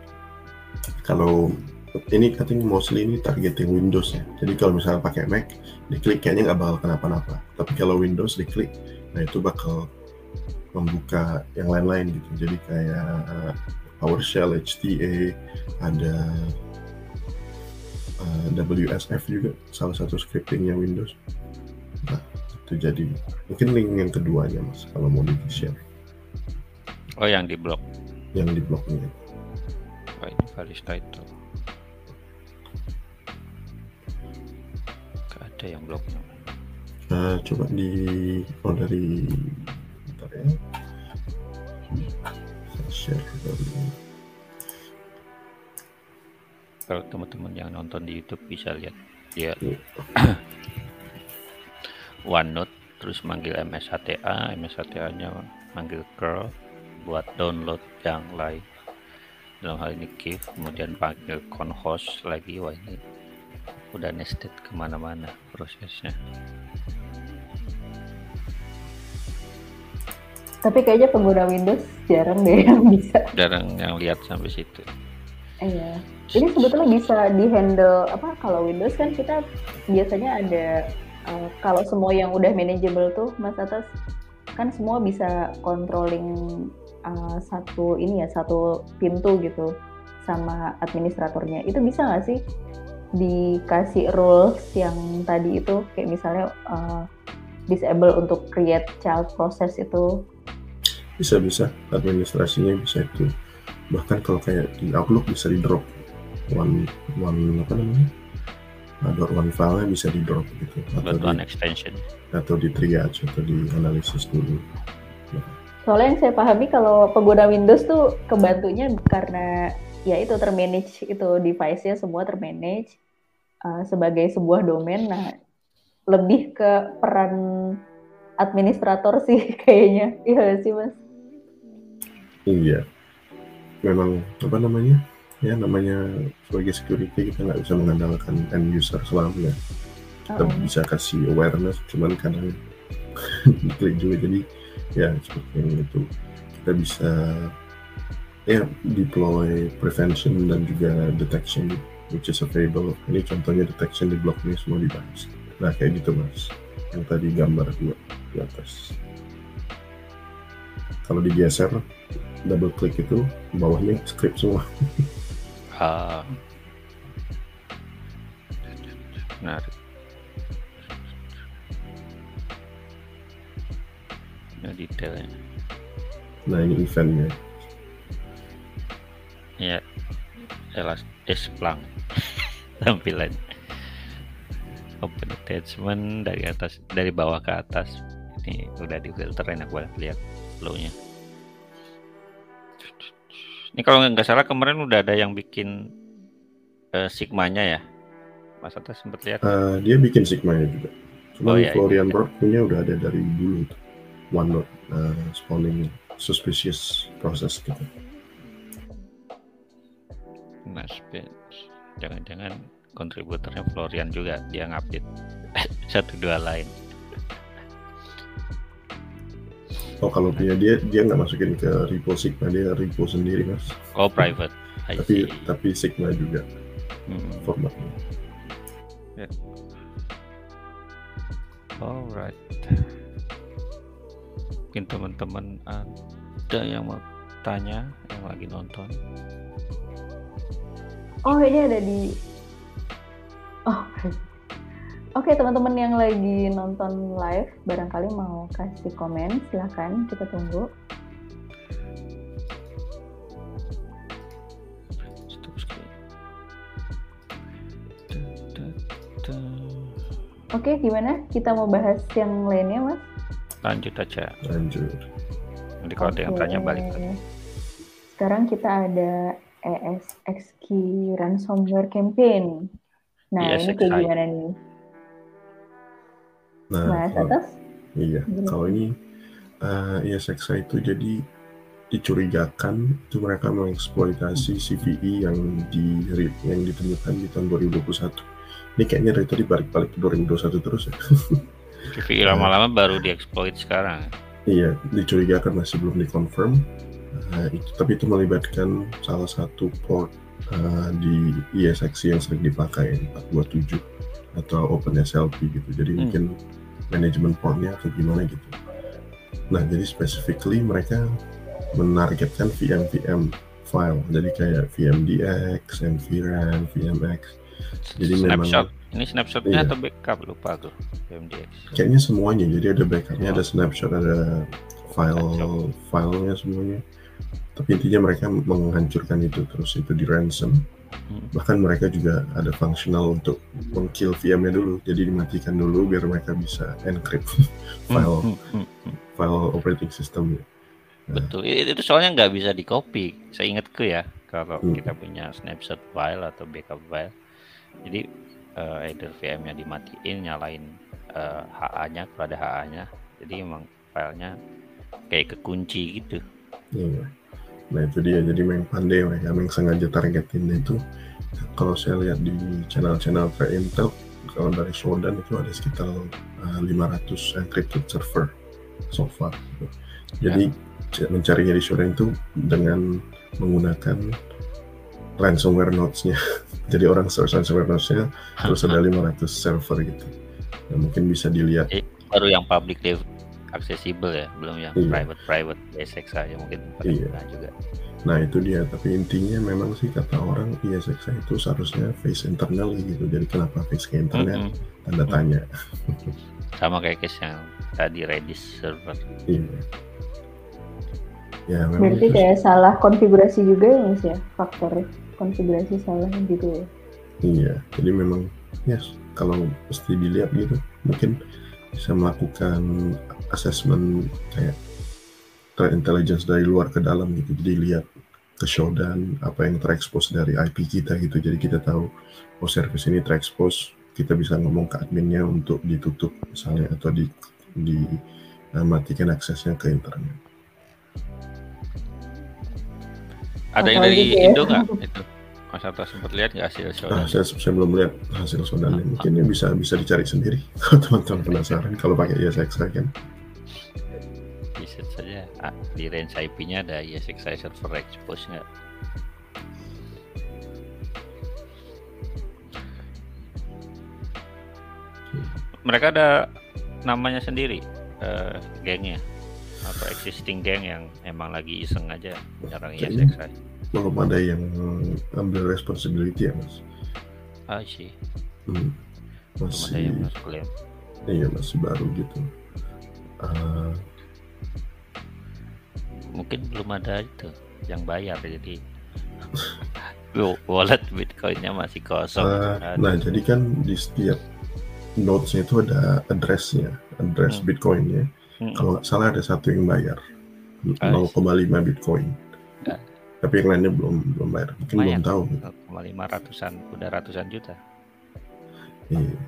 kalau ini I think mostly ini targeting Windows ya. Jadi kalau misalnya pakai Mac, diklik kayaknya nggak bakal kenapa-napa. Tapi kalau Windows diklik, nah itu bakal membuka yang lain-lain gitu. Jadi kayak uh, PowerShell, H T A, ada uh, W S F juga, salah satu scriptingnya Windows. Nah itu jadi mungkin link yang keduanya mas, kalau mau di-share. Oh yang di blog? Yang di blognya. Oh ini Valis title. Gak ada yang blognya. Uh, coba di oh dari bentar ya. Saya share dulu. Kalau teman-teman yang nonton di YouTube bisa lihat dia yeah. OneNote terus manggil M S H T A, M S H T A-nya manggil curl buat download yang lain, dalam hal ini Kiev, kemudian panggil conhost lagi. Wah ini udah nested kemana-mana prosesnya. Tapi kayaknya pengguna Windows jarang deh yang bisa. Jarang yang lihat sampai situ. Iya. Ini sebetulnya bisa di-handle apa, kalau Windows kan kita biasanya ada uh, kalau semua yang udah manageable tuh Mas Atas, kan semua bisa controlling uh, satu ini ya, satu pintu gitu sama administratornya. Itu bisa nggak sih dikasih rules yang tadi itu, kayak misalnya uh, disable untuk create child process itu? Bisa-bisa, administrasinya bisa itu. Bahkan kalau kayak di Outlook bisa di drop one one apa namanya, ada one file bisa di drop gitu, atau di one extension, atau di triage atau di analisis dulu. Nah. Soalnya yang saya pahami kalau pengguna Windows tuh kebantunya karena ya itu termanage, itu device-nya semua termanage uh, sebagai sebuah domain. Nah, lebih ke peran administrator sih kayaknya. Iya sih Mas. Iya, memang apa namanya, ya namanya sebagai security kita nggak bisa mengandalkan end user selamanya. Kita uh-uh. bisa kasih awareness, cuman kadang klik juga. Jadi ya seperti yang itu, kita bisa ya deploy prevention dan juga detection which is available. Ini contohnya detection di blog ini semua dibahas. Nah kayak gitu Mas, yang tadi gambar dua di atas. Kalau digeser double klik itu bawahnya script semua. Ah, menarik. Ini detailnya. Nah ini eventnya. Ya, elas Esplang tampilan. Open attachment dari atas, dari bawah ke atas. Ini udah di filter, enak banget lihat flow-nya. Ini kalau nggak salah kemarin udah ada yang bikin uh, Sigma-nya ya, Mas Atas sempat lihat? Uh, dia bikin Sigma-nya juga. Cuma oh, iya, Florian iya. Berg punya udah ada dari dulu tuh. OneNote uh, spawning suspicious process gitu. Mas, jangan-jangan kontributornya Florian juga, dia ngupdate satu dua lain. Oh kalau punya dia, dia nggak masukin ke repo Sigma, dia repo sendiri Mas. Oh private. tapi tapi Sigma juga hmm. formatnya. Yeah. Alright. Mungkin teman-teman ada yang mau tanya, yang lagi nonton. Oh ini ada di. Oh. Oke, teman-teman yang lagi nonton live, barangkali mau kasih komen, silakan, kita tunggu. Oke, gimana? Kita mau bahas yang lainnya, Mas? Lanjut aja. Lanjut. Nanti kalau ada yang tanya balik. Sekarang kita ada E S X key ransomware campaign. Nah, E S X i. Ini kayak gimana nih? Nah, Mas Atas? Iya, Gimana? Kalau ini uh, E S X i itu jadi dicurigakan itu mereka mengeksploitasi C V E yang di yang ditemukan di tahun dua ribu dua puluh satu. Ini kayaknya dari tadi balik-balik ke dua ribu dua puluh satu terus ya. C V E lama-lama baru dieksploit sekarang. Iya, dicurigakan masih belum dikonfirm. Uh, itu, tapi itu melibatkan salah satu port uh, di E S X i yang sering dipakai empat dua tujuh atau OpenSLP gitu. Jadi hmm. mungkin manajemen portnya atau gimana gitu. Nah, jadi specifically mereka menargetkan V M V M file. Jadi kayak V M D X, M V RAM, V M X. Jadi snapshot. Memang, ini snapshotnya iya. atau backup, lupa tuh. V M D X. Kayaknya semuanya. Jadi ada backupnya, oh. ada snapshot, ada file snapshot. filenya semuanya. Tapi intinya mereka menghancurkan itu, terus itu di ransom. Hmm. Bahkan mereka juga ada fungsional untuk meng-kill V M-nya dulu, jadi dimatikan dulu biar mereka bisa encrypt file hmm. Hmm. Hmm. file operating system. Nah. Betul, itu soalnya nggak bisa di copy. Seingatku ya, kalau hmm. kita punya snapshot file atau backup file, jadi uh, either V M-nya dimatiin, nyalain uh, H A-nya kalau ada H A-nya, jadi emang filenya kayak kekunci gitu. Iya. Nah itu dia, jadi memang pandai mereka, memang sengaja targetin itu. Kalau saya lihat di channel-channel threat intel, kalau dari Shodan itu ada sekitar uh, lima ratus encrypted server so far. Gitu. Jadi ya. mencarinya di Shodan itu dengan menggunakan ransomware nodes-nya. Jadi orang search ransomware nodes-nya terus ada lima ratus server gitu. Nah, mungkin bisa dilihat. Eh, baru yang publicly accessible ya, belum yang Iya. private private E S X A ya mungkin Iya. pernah juga. Nah itu dia, tapi intinya memang sih kata orang E S X A itu seharusnya face internal gitu. Jadi kenapa face ke internet? Mm-mm. Tanda tanya. Sama kayak case yang tadi Redis server. Iya. Ya memang Berarti itu kayak salah konfigurasi juga ya Mas ya, faktor konfigurasi salah gitu ya. Iya, jadi memang yes, kalau mesti dilihat gitu, mungkin bisa melakukan assessment kayak threat intelligence dari luar ke dalam gitu. Jadi lihat ke Shodan apa yang terekspos dari I P kita gitu. Jadi kita tahu oh service ini terekspos, kita bisa ngomong ke adminnya untuk ditutup misalnya atau di di uh, matikan aksesnya ke internet. Ada yang Apalagi dari kayak- Indo nggak itu? Mas Arta sempat lihat nggak hasil Ah, Shodan? saya, saya belum lihat hasil Shodannya. Mungkin ya bisa bisa dicari sendiri kalau teman-teman penasaran kalau pakai E S X A kan. Bisa saja ah, di range I P-nya ada E S X A server expose nggak? Mereka ada namanya sendiri, eh, gengnya atau existing geng yang emang lagi iseng aja nyerang E S X A. Belum ada yang ambil responsibility ya mas. Ah sih, Hmm, belum ada yang masih ngeklaim. iya masih baru gitu. Uh, Mungkin belum ada itu yang bayar jadi wallet Bitcoinnya masih kosong. uh, Ada. nah jadi kan di setiap nodes-nya itu ada address-nya, address Hmm. Bitcoin-nya. Mm-mm. Kalau nggak salah ada satu yang bayar Ah, nol koma lima Bitcoin. Ah. Tapi yang lainnya belum belum bayar. Mungkin belum Lumayan. tahu. nol koma lima ratusan, udah ratusan juta. Iya.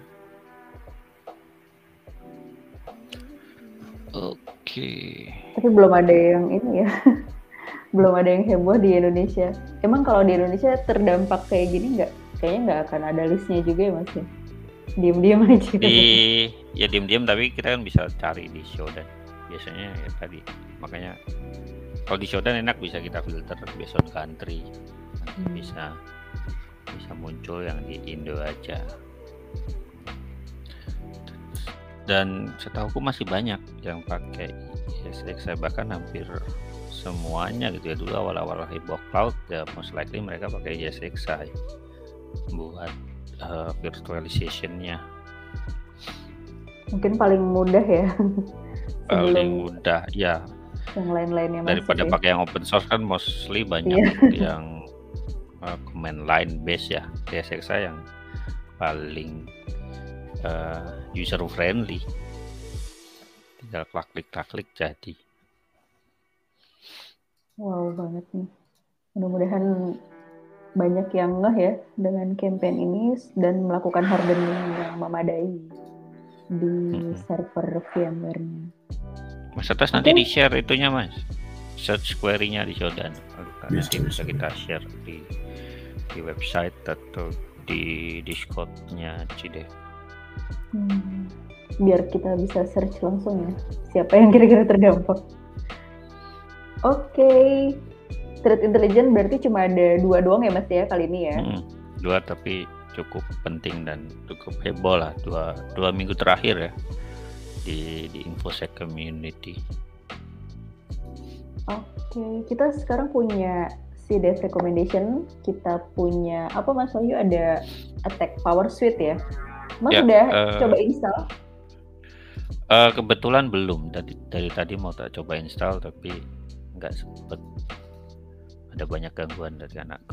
Oke. Tapi belum ada yang ini ya. Belum ada yang heboh di Indonesia. Emang kalau di Indonesia terdampak kayak gini nggak? Kayaknya nggak akan ada listnya juga ya Mas ya. Diam-diam aja. Di ya diam-diam tapi kita kan bisa cari di Shodan. Biasanya ya tadi. Makanya kalau di Shodan enak bisa kita filter based on country. Nanti Hmm. bisa bisa muncul yang di Indo aja. Dan setahuku masih banyak yang pakai E S X A, bahkan hampir semuanya gitu ya. Dulu awal-awal heboh cloud ya most likely mereka pakai E S X A buat uh, virtualization-nya. Mungkin paling mudah ya. Paling Sebelum mudah ya yang lain-lainnya masuk daripada ya. pakai yang open source kan mostly banyak Iya. yang uh, command line base ya. E S X A yang paling uh, user friendly, tinggal klik-klik jadi. Wow banget nih. Mudah-mudahan banyak yang ngeh ya dengan campaign ini dan melakukan hardening yang memadai di Mm-mm. server VMware-nya. Mas atas Oke. nanti di share itunya mas, search query-nya di Shodan. Bisa, Nanti bisa bisa. kita share di di website atau di Discord-nya Cide. Hmm, biar kita bisa search langsung ya siapa yang kira-kira terdampak. Oke, threat intelligence berarti cuma ada dua doang ya Mas ya kali ini ya. Mm-mm. Dua tapi cukup penting dan cukup heboh lah dua dua minggu terakhir ya di di InfoSec community. Oke, kita sekarang punya C Dev recommendation, kita punya apa Mas Wahyu, ada Attack Power Suite ya. Mas Ya, udah eh, coba install? Eh, kebetulan belum. Tadi dari tadi mau tak coba install tapi nggak sempet. Ada banyak gangguan dari anakku.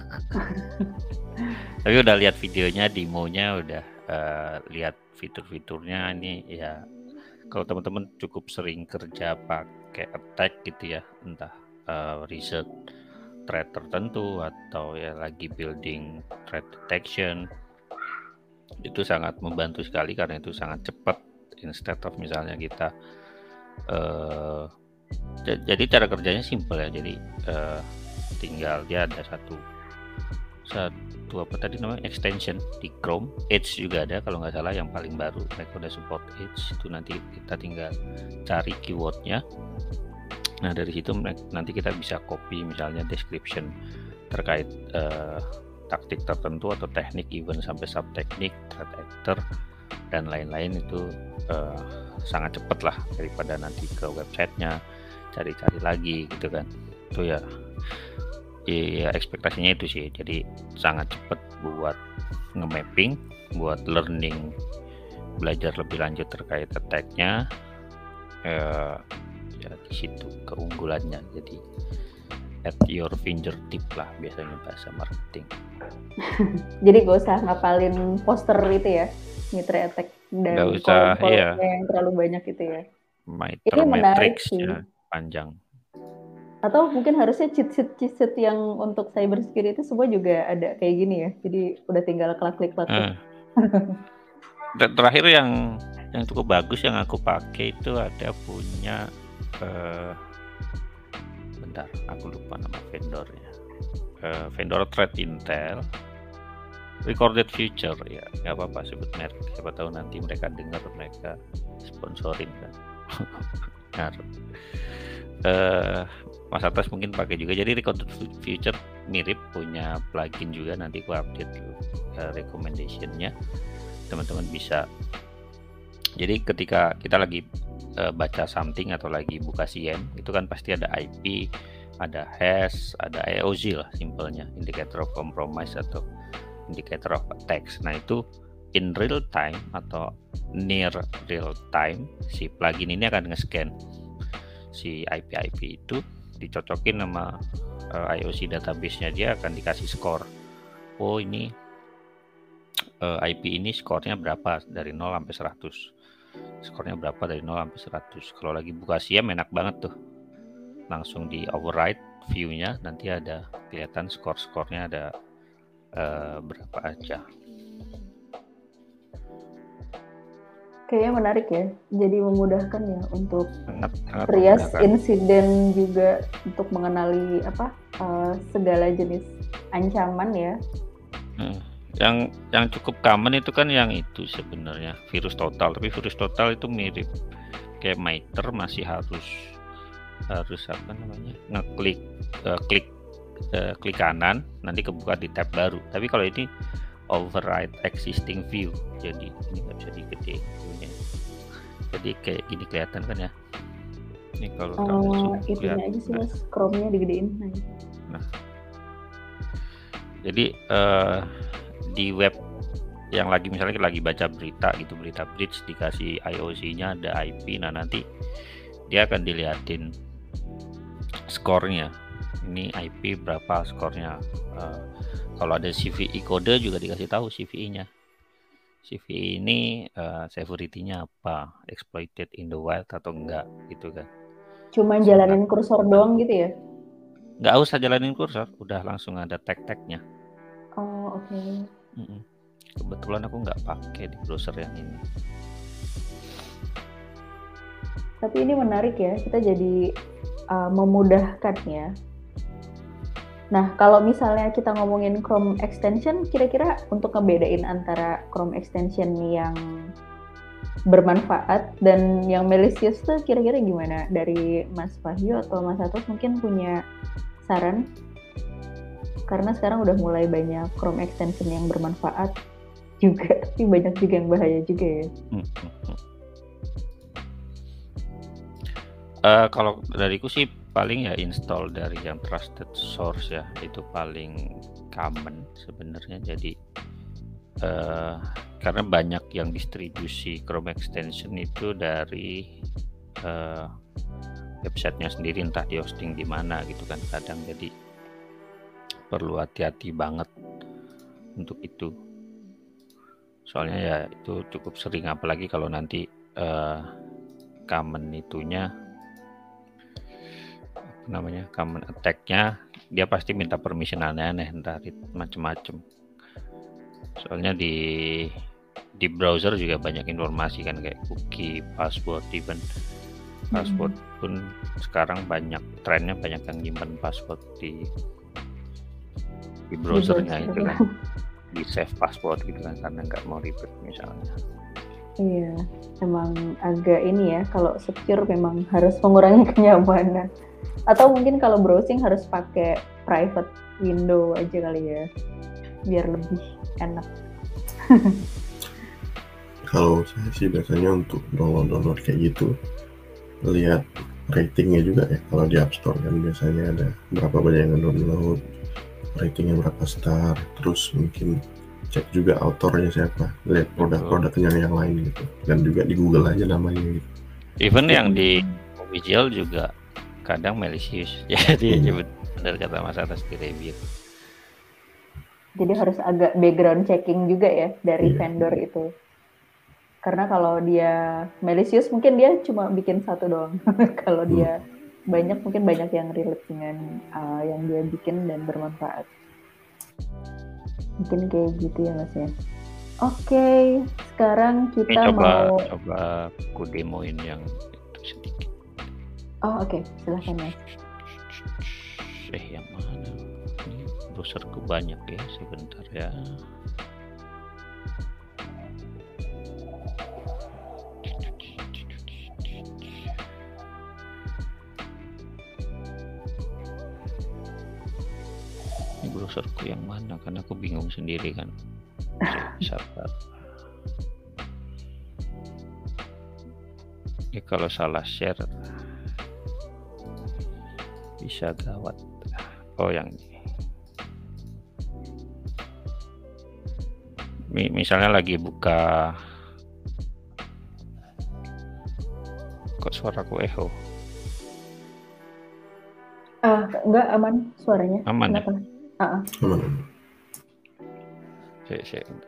Tapi udah lihat videonya, demonya, udah eh, lihat fitur-fiturnya. Ini ya kalau teman-teman cukup sering kerja pakai attack gitu ya, entah eh, research threat tertentu atau ya lagi building threat detection, itu sangat membantu sekali karena itu sangat cepat. Instead of misalnya kita uh, j- jadi cara kerjanya simple ya, jadi uh, tinggal dia ada satu satu apa tadi namanya extension di Chrome, Edge juga ada kalau nggak salah yang paling baru, mereka udah support Edge, itu nanti kita tinggal cari keywordnya. Nah dari situ nanti kita bisa copy misalnya description terkait uh, taktik tertentu atau teknik, even sampai subteknik, threat actor dan lain-lain itu uh, sangat cepat lah daripada nanti ke websitenya cari-cari lagi gitu kan. Itu ya, ya ekspektasinya itu sih. Jadi sangat cepat buat nge-mapping, buat learning, belajar lebih lanjut terkait attack-nya. Uh, ya di situ keunggulannya. Jadi at your fingertip lah biasanya bahasa marketing. Jadi gak usah ngapalin poster itu ya, Mitre Attack dan usah, iya. yang terlalu banyak itu ya. Mitre matrix-nya panjang. Atau mungkin harusnya cheat sheet cheat sheet yang untuk cyber security semua juga ada kayak gini ya. Jadi udah tinggal klik-klik klik. Uh. Terakhir yang yang cukup bagus yang aku pakai itu ada punya uh, bentar, aku lupa nama vendornya. Uh, vendor Threat Intel, Recorded Future, ya nggak apa-apa sebut merek. Siapa tahu nanti mereka dengar, mereka sponsorin kan. Nah, uh, Mas Atas mungkin pakai juga. Jadi Recorded Future mirip, punya plugin juga. Nanti aku update uh, recommendation-nya. Teman-teman bisa. Jadi ketika kita lagi uh, baca something atau lagi buka S I E M, itu kan pasti ada I P, ada hash, ada I O Z lah simpelnya, indicator of compromise atau indicator of attacks. Nah itu in real time atau near real time, si plugin ini akan nge-scan si I P I P itu, dicocokin sama uh, I O Z database-nya, dia akan dikasih skor. Oh ini uh, I P ini skornya berapa dari nol sampai seratus. Skornya berapa dari nol sampai seratus. Kalau lagi buka S I E M enak banget tuh. Langsung di override view-nya, nanti ada kelihatan skor-skornya ada uh, berapa aja. Kayaknya menarik ya. Jadi memudahkan ya untuk sangat, sangat triage memudahkan. insiden juga untuk mengenali apa uh, segala jenis ancaman ya. Hmm. Yang yang cukup common itu kan yang itu sebenarnya virus total, tapi virus total itu mirip kayak Mitre, masih harus harus apa namanya ngeklik uh, klik uh, klik kanan, nanti kebuka di tab baru. Tapi kalau ini override existing view, jadi ini nggak bisa digedein viewnya. Jadi kayak gini kelihatan kan ya. Ini kalau oh, itunya aja sih mas, Chrome-nya digedein. Nah, jadi uh, di web yang lagi misalnya lagi baca berita gitu, berita bridge, dikasih I O Z-nya, ada I P, nah nanti dia akan dilihatin skornya. Ini I P berapa skornya. Uh, kalau ada C V E kode juga dikasih tahu C V E-nya. C V E ini uh, security-nya apa, exploited in the wild atau enggak gitu kan. Cuma jalanin kursor doang gitu ya? Nggak usah jalanin kursor, udah langsung ada tag-tagnya. Oh oke. Okay. Mm-mm. Kebetulan aku nggak pakai di browser yang ini. Tapi ini menarik ya, kita jadi uh, memudahkan ya. Nah kalau misalnya kita ngomongin Chrome extension, kira-kira untuk ngebedain antara Chrome extension yang bermanfaat dan yang malicious tuh kira-kira gimana? Dari Mas Wahyu atau Mas Atos mungkin punya saran? Karena sekarang udah mulai banyak Chrome extension yang bermanfaat juga, tapi banyak juga yang bahaya juga ya. Hmm. Uh, kalau dariku sih paling ya install dari yang trusted source ya, itu paling common sebenarnya. Jadi uh, karena banyak yang distribusi Chrome extension itu dari uh, websitenya sendiri, entah di hosting di mana gitu kan kadang, jadi perlu hati-hati banget untuk itu. Soalnya ya itu cukup sering, apalagi kalau nanti uh, common itunya apa namanya common attack-nya, dia pasti minta permission aneh-aneh, entah macem-macem. Soalnya di di browser juga banyak informasi kan, kayak cookie, password, even password hmm. pun sekarang banyak trennya, banyak yang nyimpan password di di browsernya itu kan, di save password gitu kan, karena nggak mau ribet misalnya. Iya, emang agak ini ya, kalau secure memang harus mengurangi kenyamanan. Atau mungkin kalau browsing harus pakai private window aja kali ya, biar lebih enak. Kalau saya sih biasanya untuk download-download kayak gitu, lihat ratingnya juga ya. Kalau di App Store kan biasanya ada berapa banyak yang download, ratingnya berapa star, terus mungkin cek juga autornya siapa, lihat produk-produknya yang lain gitu, dan juga di Google aja namanya gitu. Even yang di visual juga kadang malicious, jadi hmm. benar kata Mas Atas di review. Jadi harus agak background checking juga ya dari yeah. vendor itu. Karena kalau dia malicious mungkin dia cuma bikin satu doang. Kalau hmm. dia banyak mungkin banyak yang relate dengan uh, yang dia bikin dan bermanfaat. Mungkin kayak gitu ya Mas ya. Oke, okay, sekarang kita Ini coba, mau coba aku demoin yang itu sedikit. Oh oke, okay. Silahkan Mas. Eh yang mana? Ini browserku banyak ya, sebentar ya. Ini browserku yang mana? Karena aku bingung sendiri kan. Sabar. Ini kalau salah share bisa gawat. Oh yang ini. Misalnya lagi buka, kok suaraku echo? Ah, enggak aman suaranya. Aman ya? Uh-uh. Aman. Saya, saya bentar.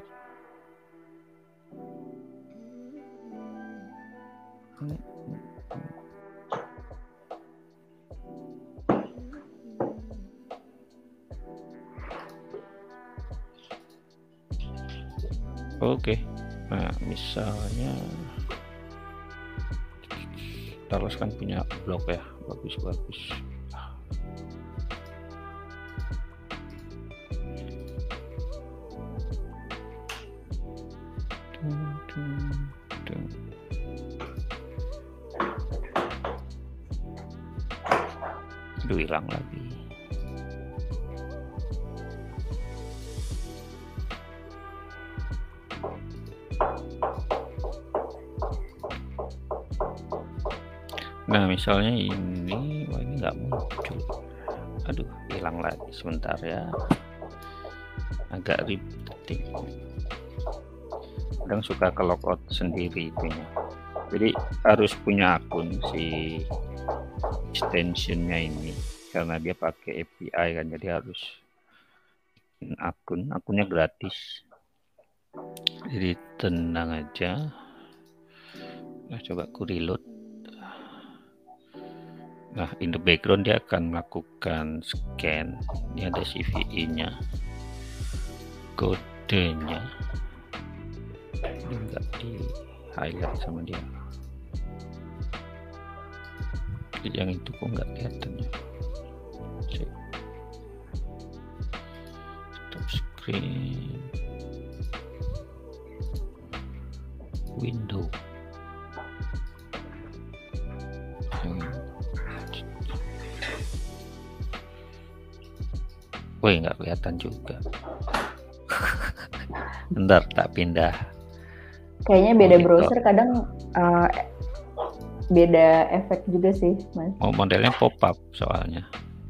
Oke, nah misalnya Taros kan punya blog ya, bagus-bagus. Aduh, hilang lagi. Nah misalnya ini, wah ini nggak muncul. Aduh, hilang lagi sebentar ya. Agak ribet. Kadang suka ke logout sendiri itunya. Jadi harus punya akun si extensionnya ini, karena dia pakai A P I kan, jadi harus akun. Akunnya gratis. Jadi tenang aja. Nah, coba ku reload. Nah, in the background dia akan melakukan scan. Ini ada C V I-nya, kodenya. Ini enggak di highlight sama dia. Yang itu kok nggak kelihatan ya. Cek. Stop screen. Window. Woi, nggak kelihatan juga. Bentar, tak pindah. Kayaknya beda monitor. Browser kadang uh, beda efek juga sih, Mas. Oh, modelnya pop up soalnya.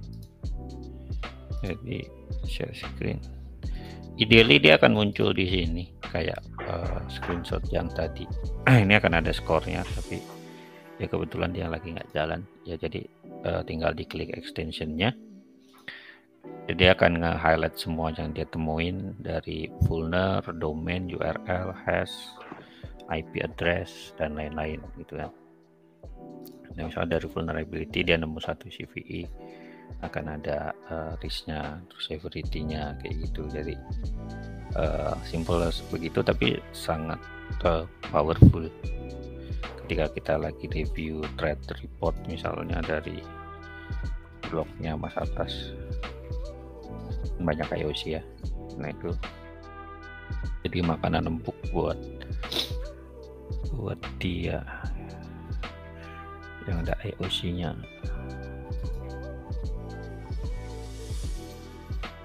Jadi share screen. Ideally dia akan muncul di sini kayak uh, screenshot yang tadi. Ini akan ada skornya, tapi ya kebetulan dia lagi nggak jalan. Ya jadi uh, tinggal diklik extensionnya. Jadi dia akan nge-highlight semua yang dia temuin dari vulner, domain, U R L, hash, I P address dan lain-lain gitu kan. Nah, misalnya dari vulnerability dia nemu satu C V I, akan ada uh, risk-nya, terus severity-nya kayak gitu. Jadi uh, simple begitu tapi sangat uh, powerful ketika kita lagi review threat report misalnya dari blognya Mas Atas. Banyak I O C ya. Nah itu jadi makanan empuk buat buat dia yang ada I O C-nya.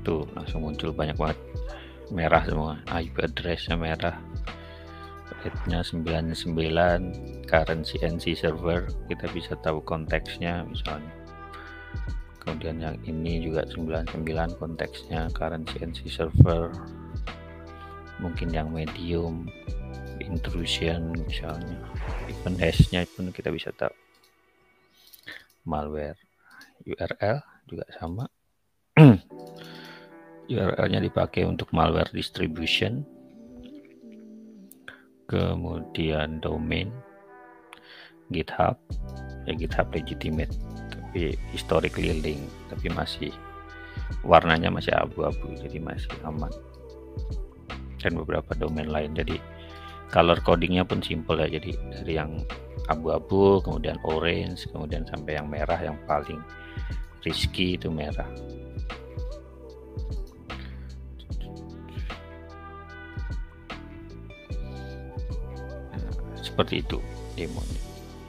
tuh langsung muncul banyak banget merah semua, I P address-nya merah, rate-nya sembilan puluh sembilan, currency N C server, kita bisa tahu konteksnya misalnya. Kemudian yang ini juga sembilan puluh sembilan, konteksnya currency N C server. Mungkin yang medium, intrusion misalnya, even hash-nya pun kita bisa tahu. Malware U R L juga sama. U R L-nya dipakai untuk malware distribution. Kemudian domain, GitHub, ya GitHub legitimate, tapi historically link, tapi masih warnanya masih abu-abu, jadi masih aman. Dan beberapa domain lain, jadi color codingnya pun simple ya, jadi dari yang abu-abu, kemudian orange, kemudian sampai yang merah, yang paling risky itu merah. Nah, seperti itu demonya.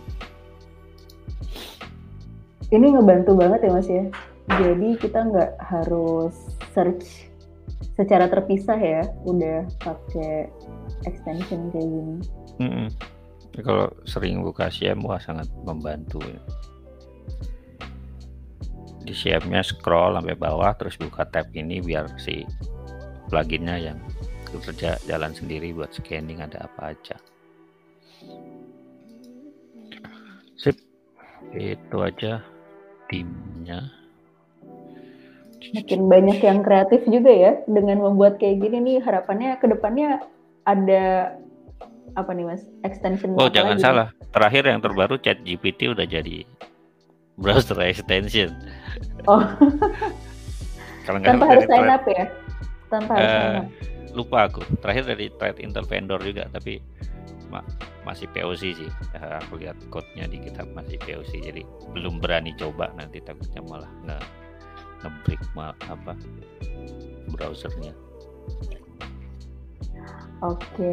Ini ngebantu banget ya Mas ya. Jadi kita nggak harus search secara terpisah ya, udah pakai extension kayak gini. Mm-mm. Kalau sering buka C M, wah sangat membantu ya. Di C M-nya scroll sampai bawah, terus buka tab ini biar si pluginnya yang kerja jalan sendiri buat scanning ada apa aja. Sip, itu aja timnya. Makin banyak yang kreatif juga ya dengan membuat kayak gini nih, harapannya ke depannya ada apa nih Mas, extension Oh apa jangan lagi, salah, terakhir yang terbaru ChatGPT udah jadi browser extension. Oh. Kalau nggak Tanpa salah harus dari sign thread, up ya? Tanpa harus sign eh, up. lupa aku. Terakhir dari thread Intel vendor juga, tapi ma- masih P O C sih. Ya, aku lihat code-nya di GitHub masih P O C, jadi belum berani coba, nanti takutnya malah nge nge-break ma- apa browsernya. Oke.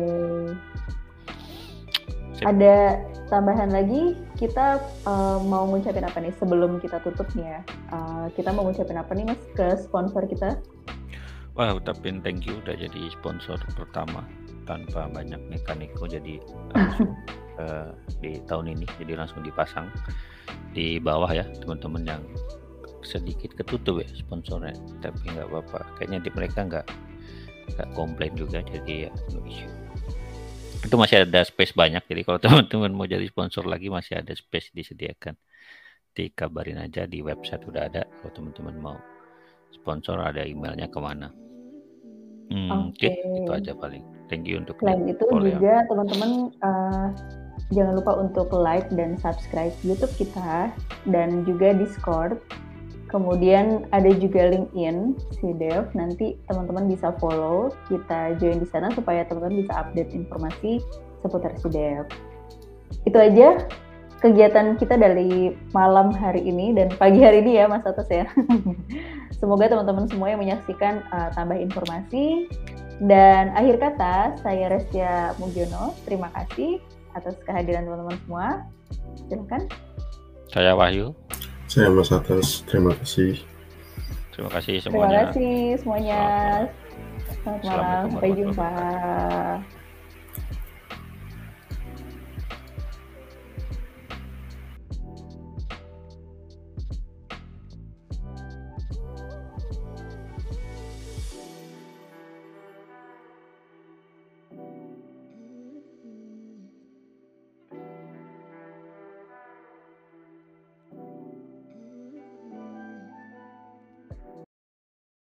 Sip. Ada tambahan lagi, kita uh, mau ngucapin apa nih sebelum kita tutup nih ya? Uh, kita mau ngucapin apa nih Mas ke sponsor kita? Wah, ucapin thank you udah jadi sponsor pertama tanpa banyak mekanikal, jadi langsung uh, di tahun ini, jadi langsung dipasang di bawah ya teman-teman yang sedikit ketutup ya sponsornya, tapi nggak apa-apa, kayaknya di mereka nggak nggak komplain juga, jadi ya no issue. Itu masih ada space banyak, jadi kalau teman-teman mau jadi sponsor lagi masih ada space disediakan, dikabarin aja di website udah ada. Kalau teman-teman mau sponsor ada emailnya kemana. Hmm, Oke, Oke. okay, itu aja paling. Thank you untuk Selain itu Napoleon. juga teman-teman uh, jangan lupa untuk like dan subscribe YouTube kita dan juga Discord. Kemudian ada juga LinkedIn CDev, nanti teman-teman bisa follow, kita join di sana supaya teman-teman bisa update informasi seputar CDev. Itu aja kegiatan kita dari malam hari ini dan pagi hari ini ya Mas Atas ya. Semoga teman-teman semua yang menyaksikan uh, tambah informasi. Dan akhir kata, saya Restia Mugiono, terima kasih atas kehadiran teman-teman semua. Silakan. Saya Wahyu. Saya Mas Atas, terima kasih. Terima kasih semuanya. Terima kasih semuanya. Selamat malam, sampai jumpa.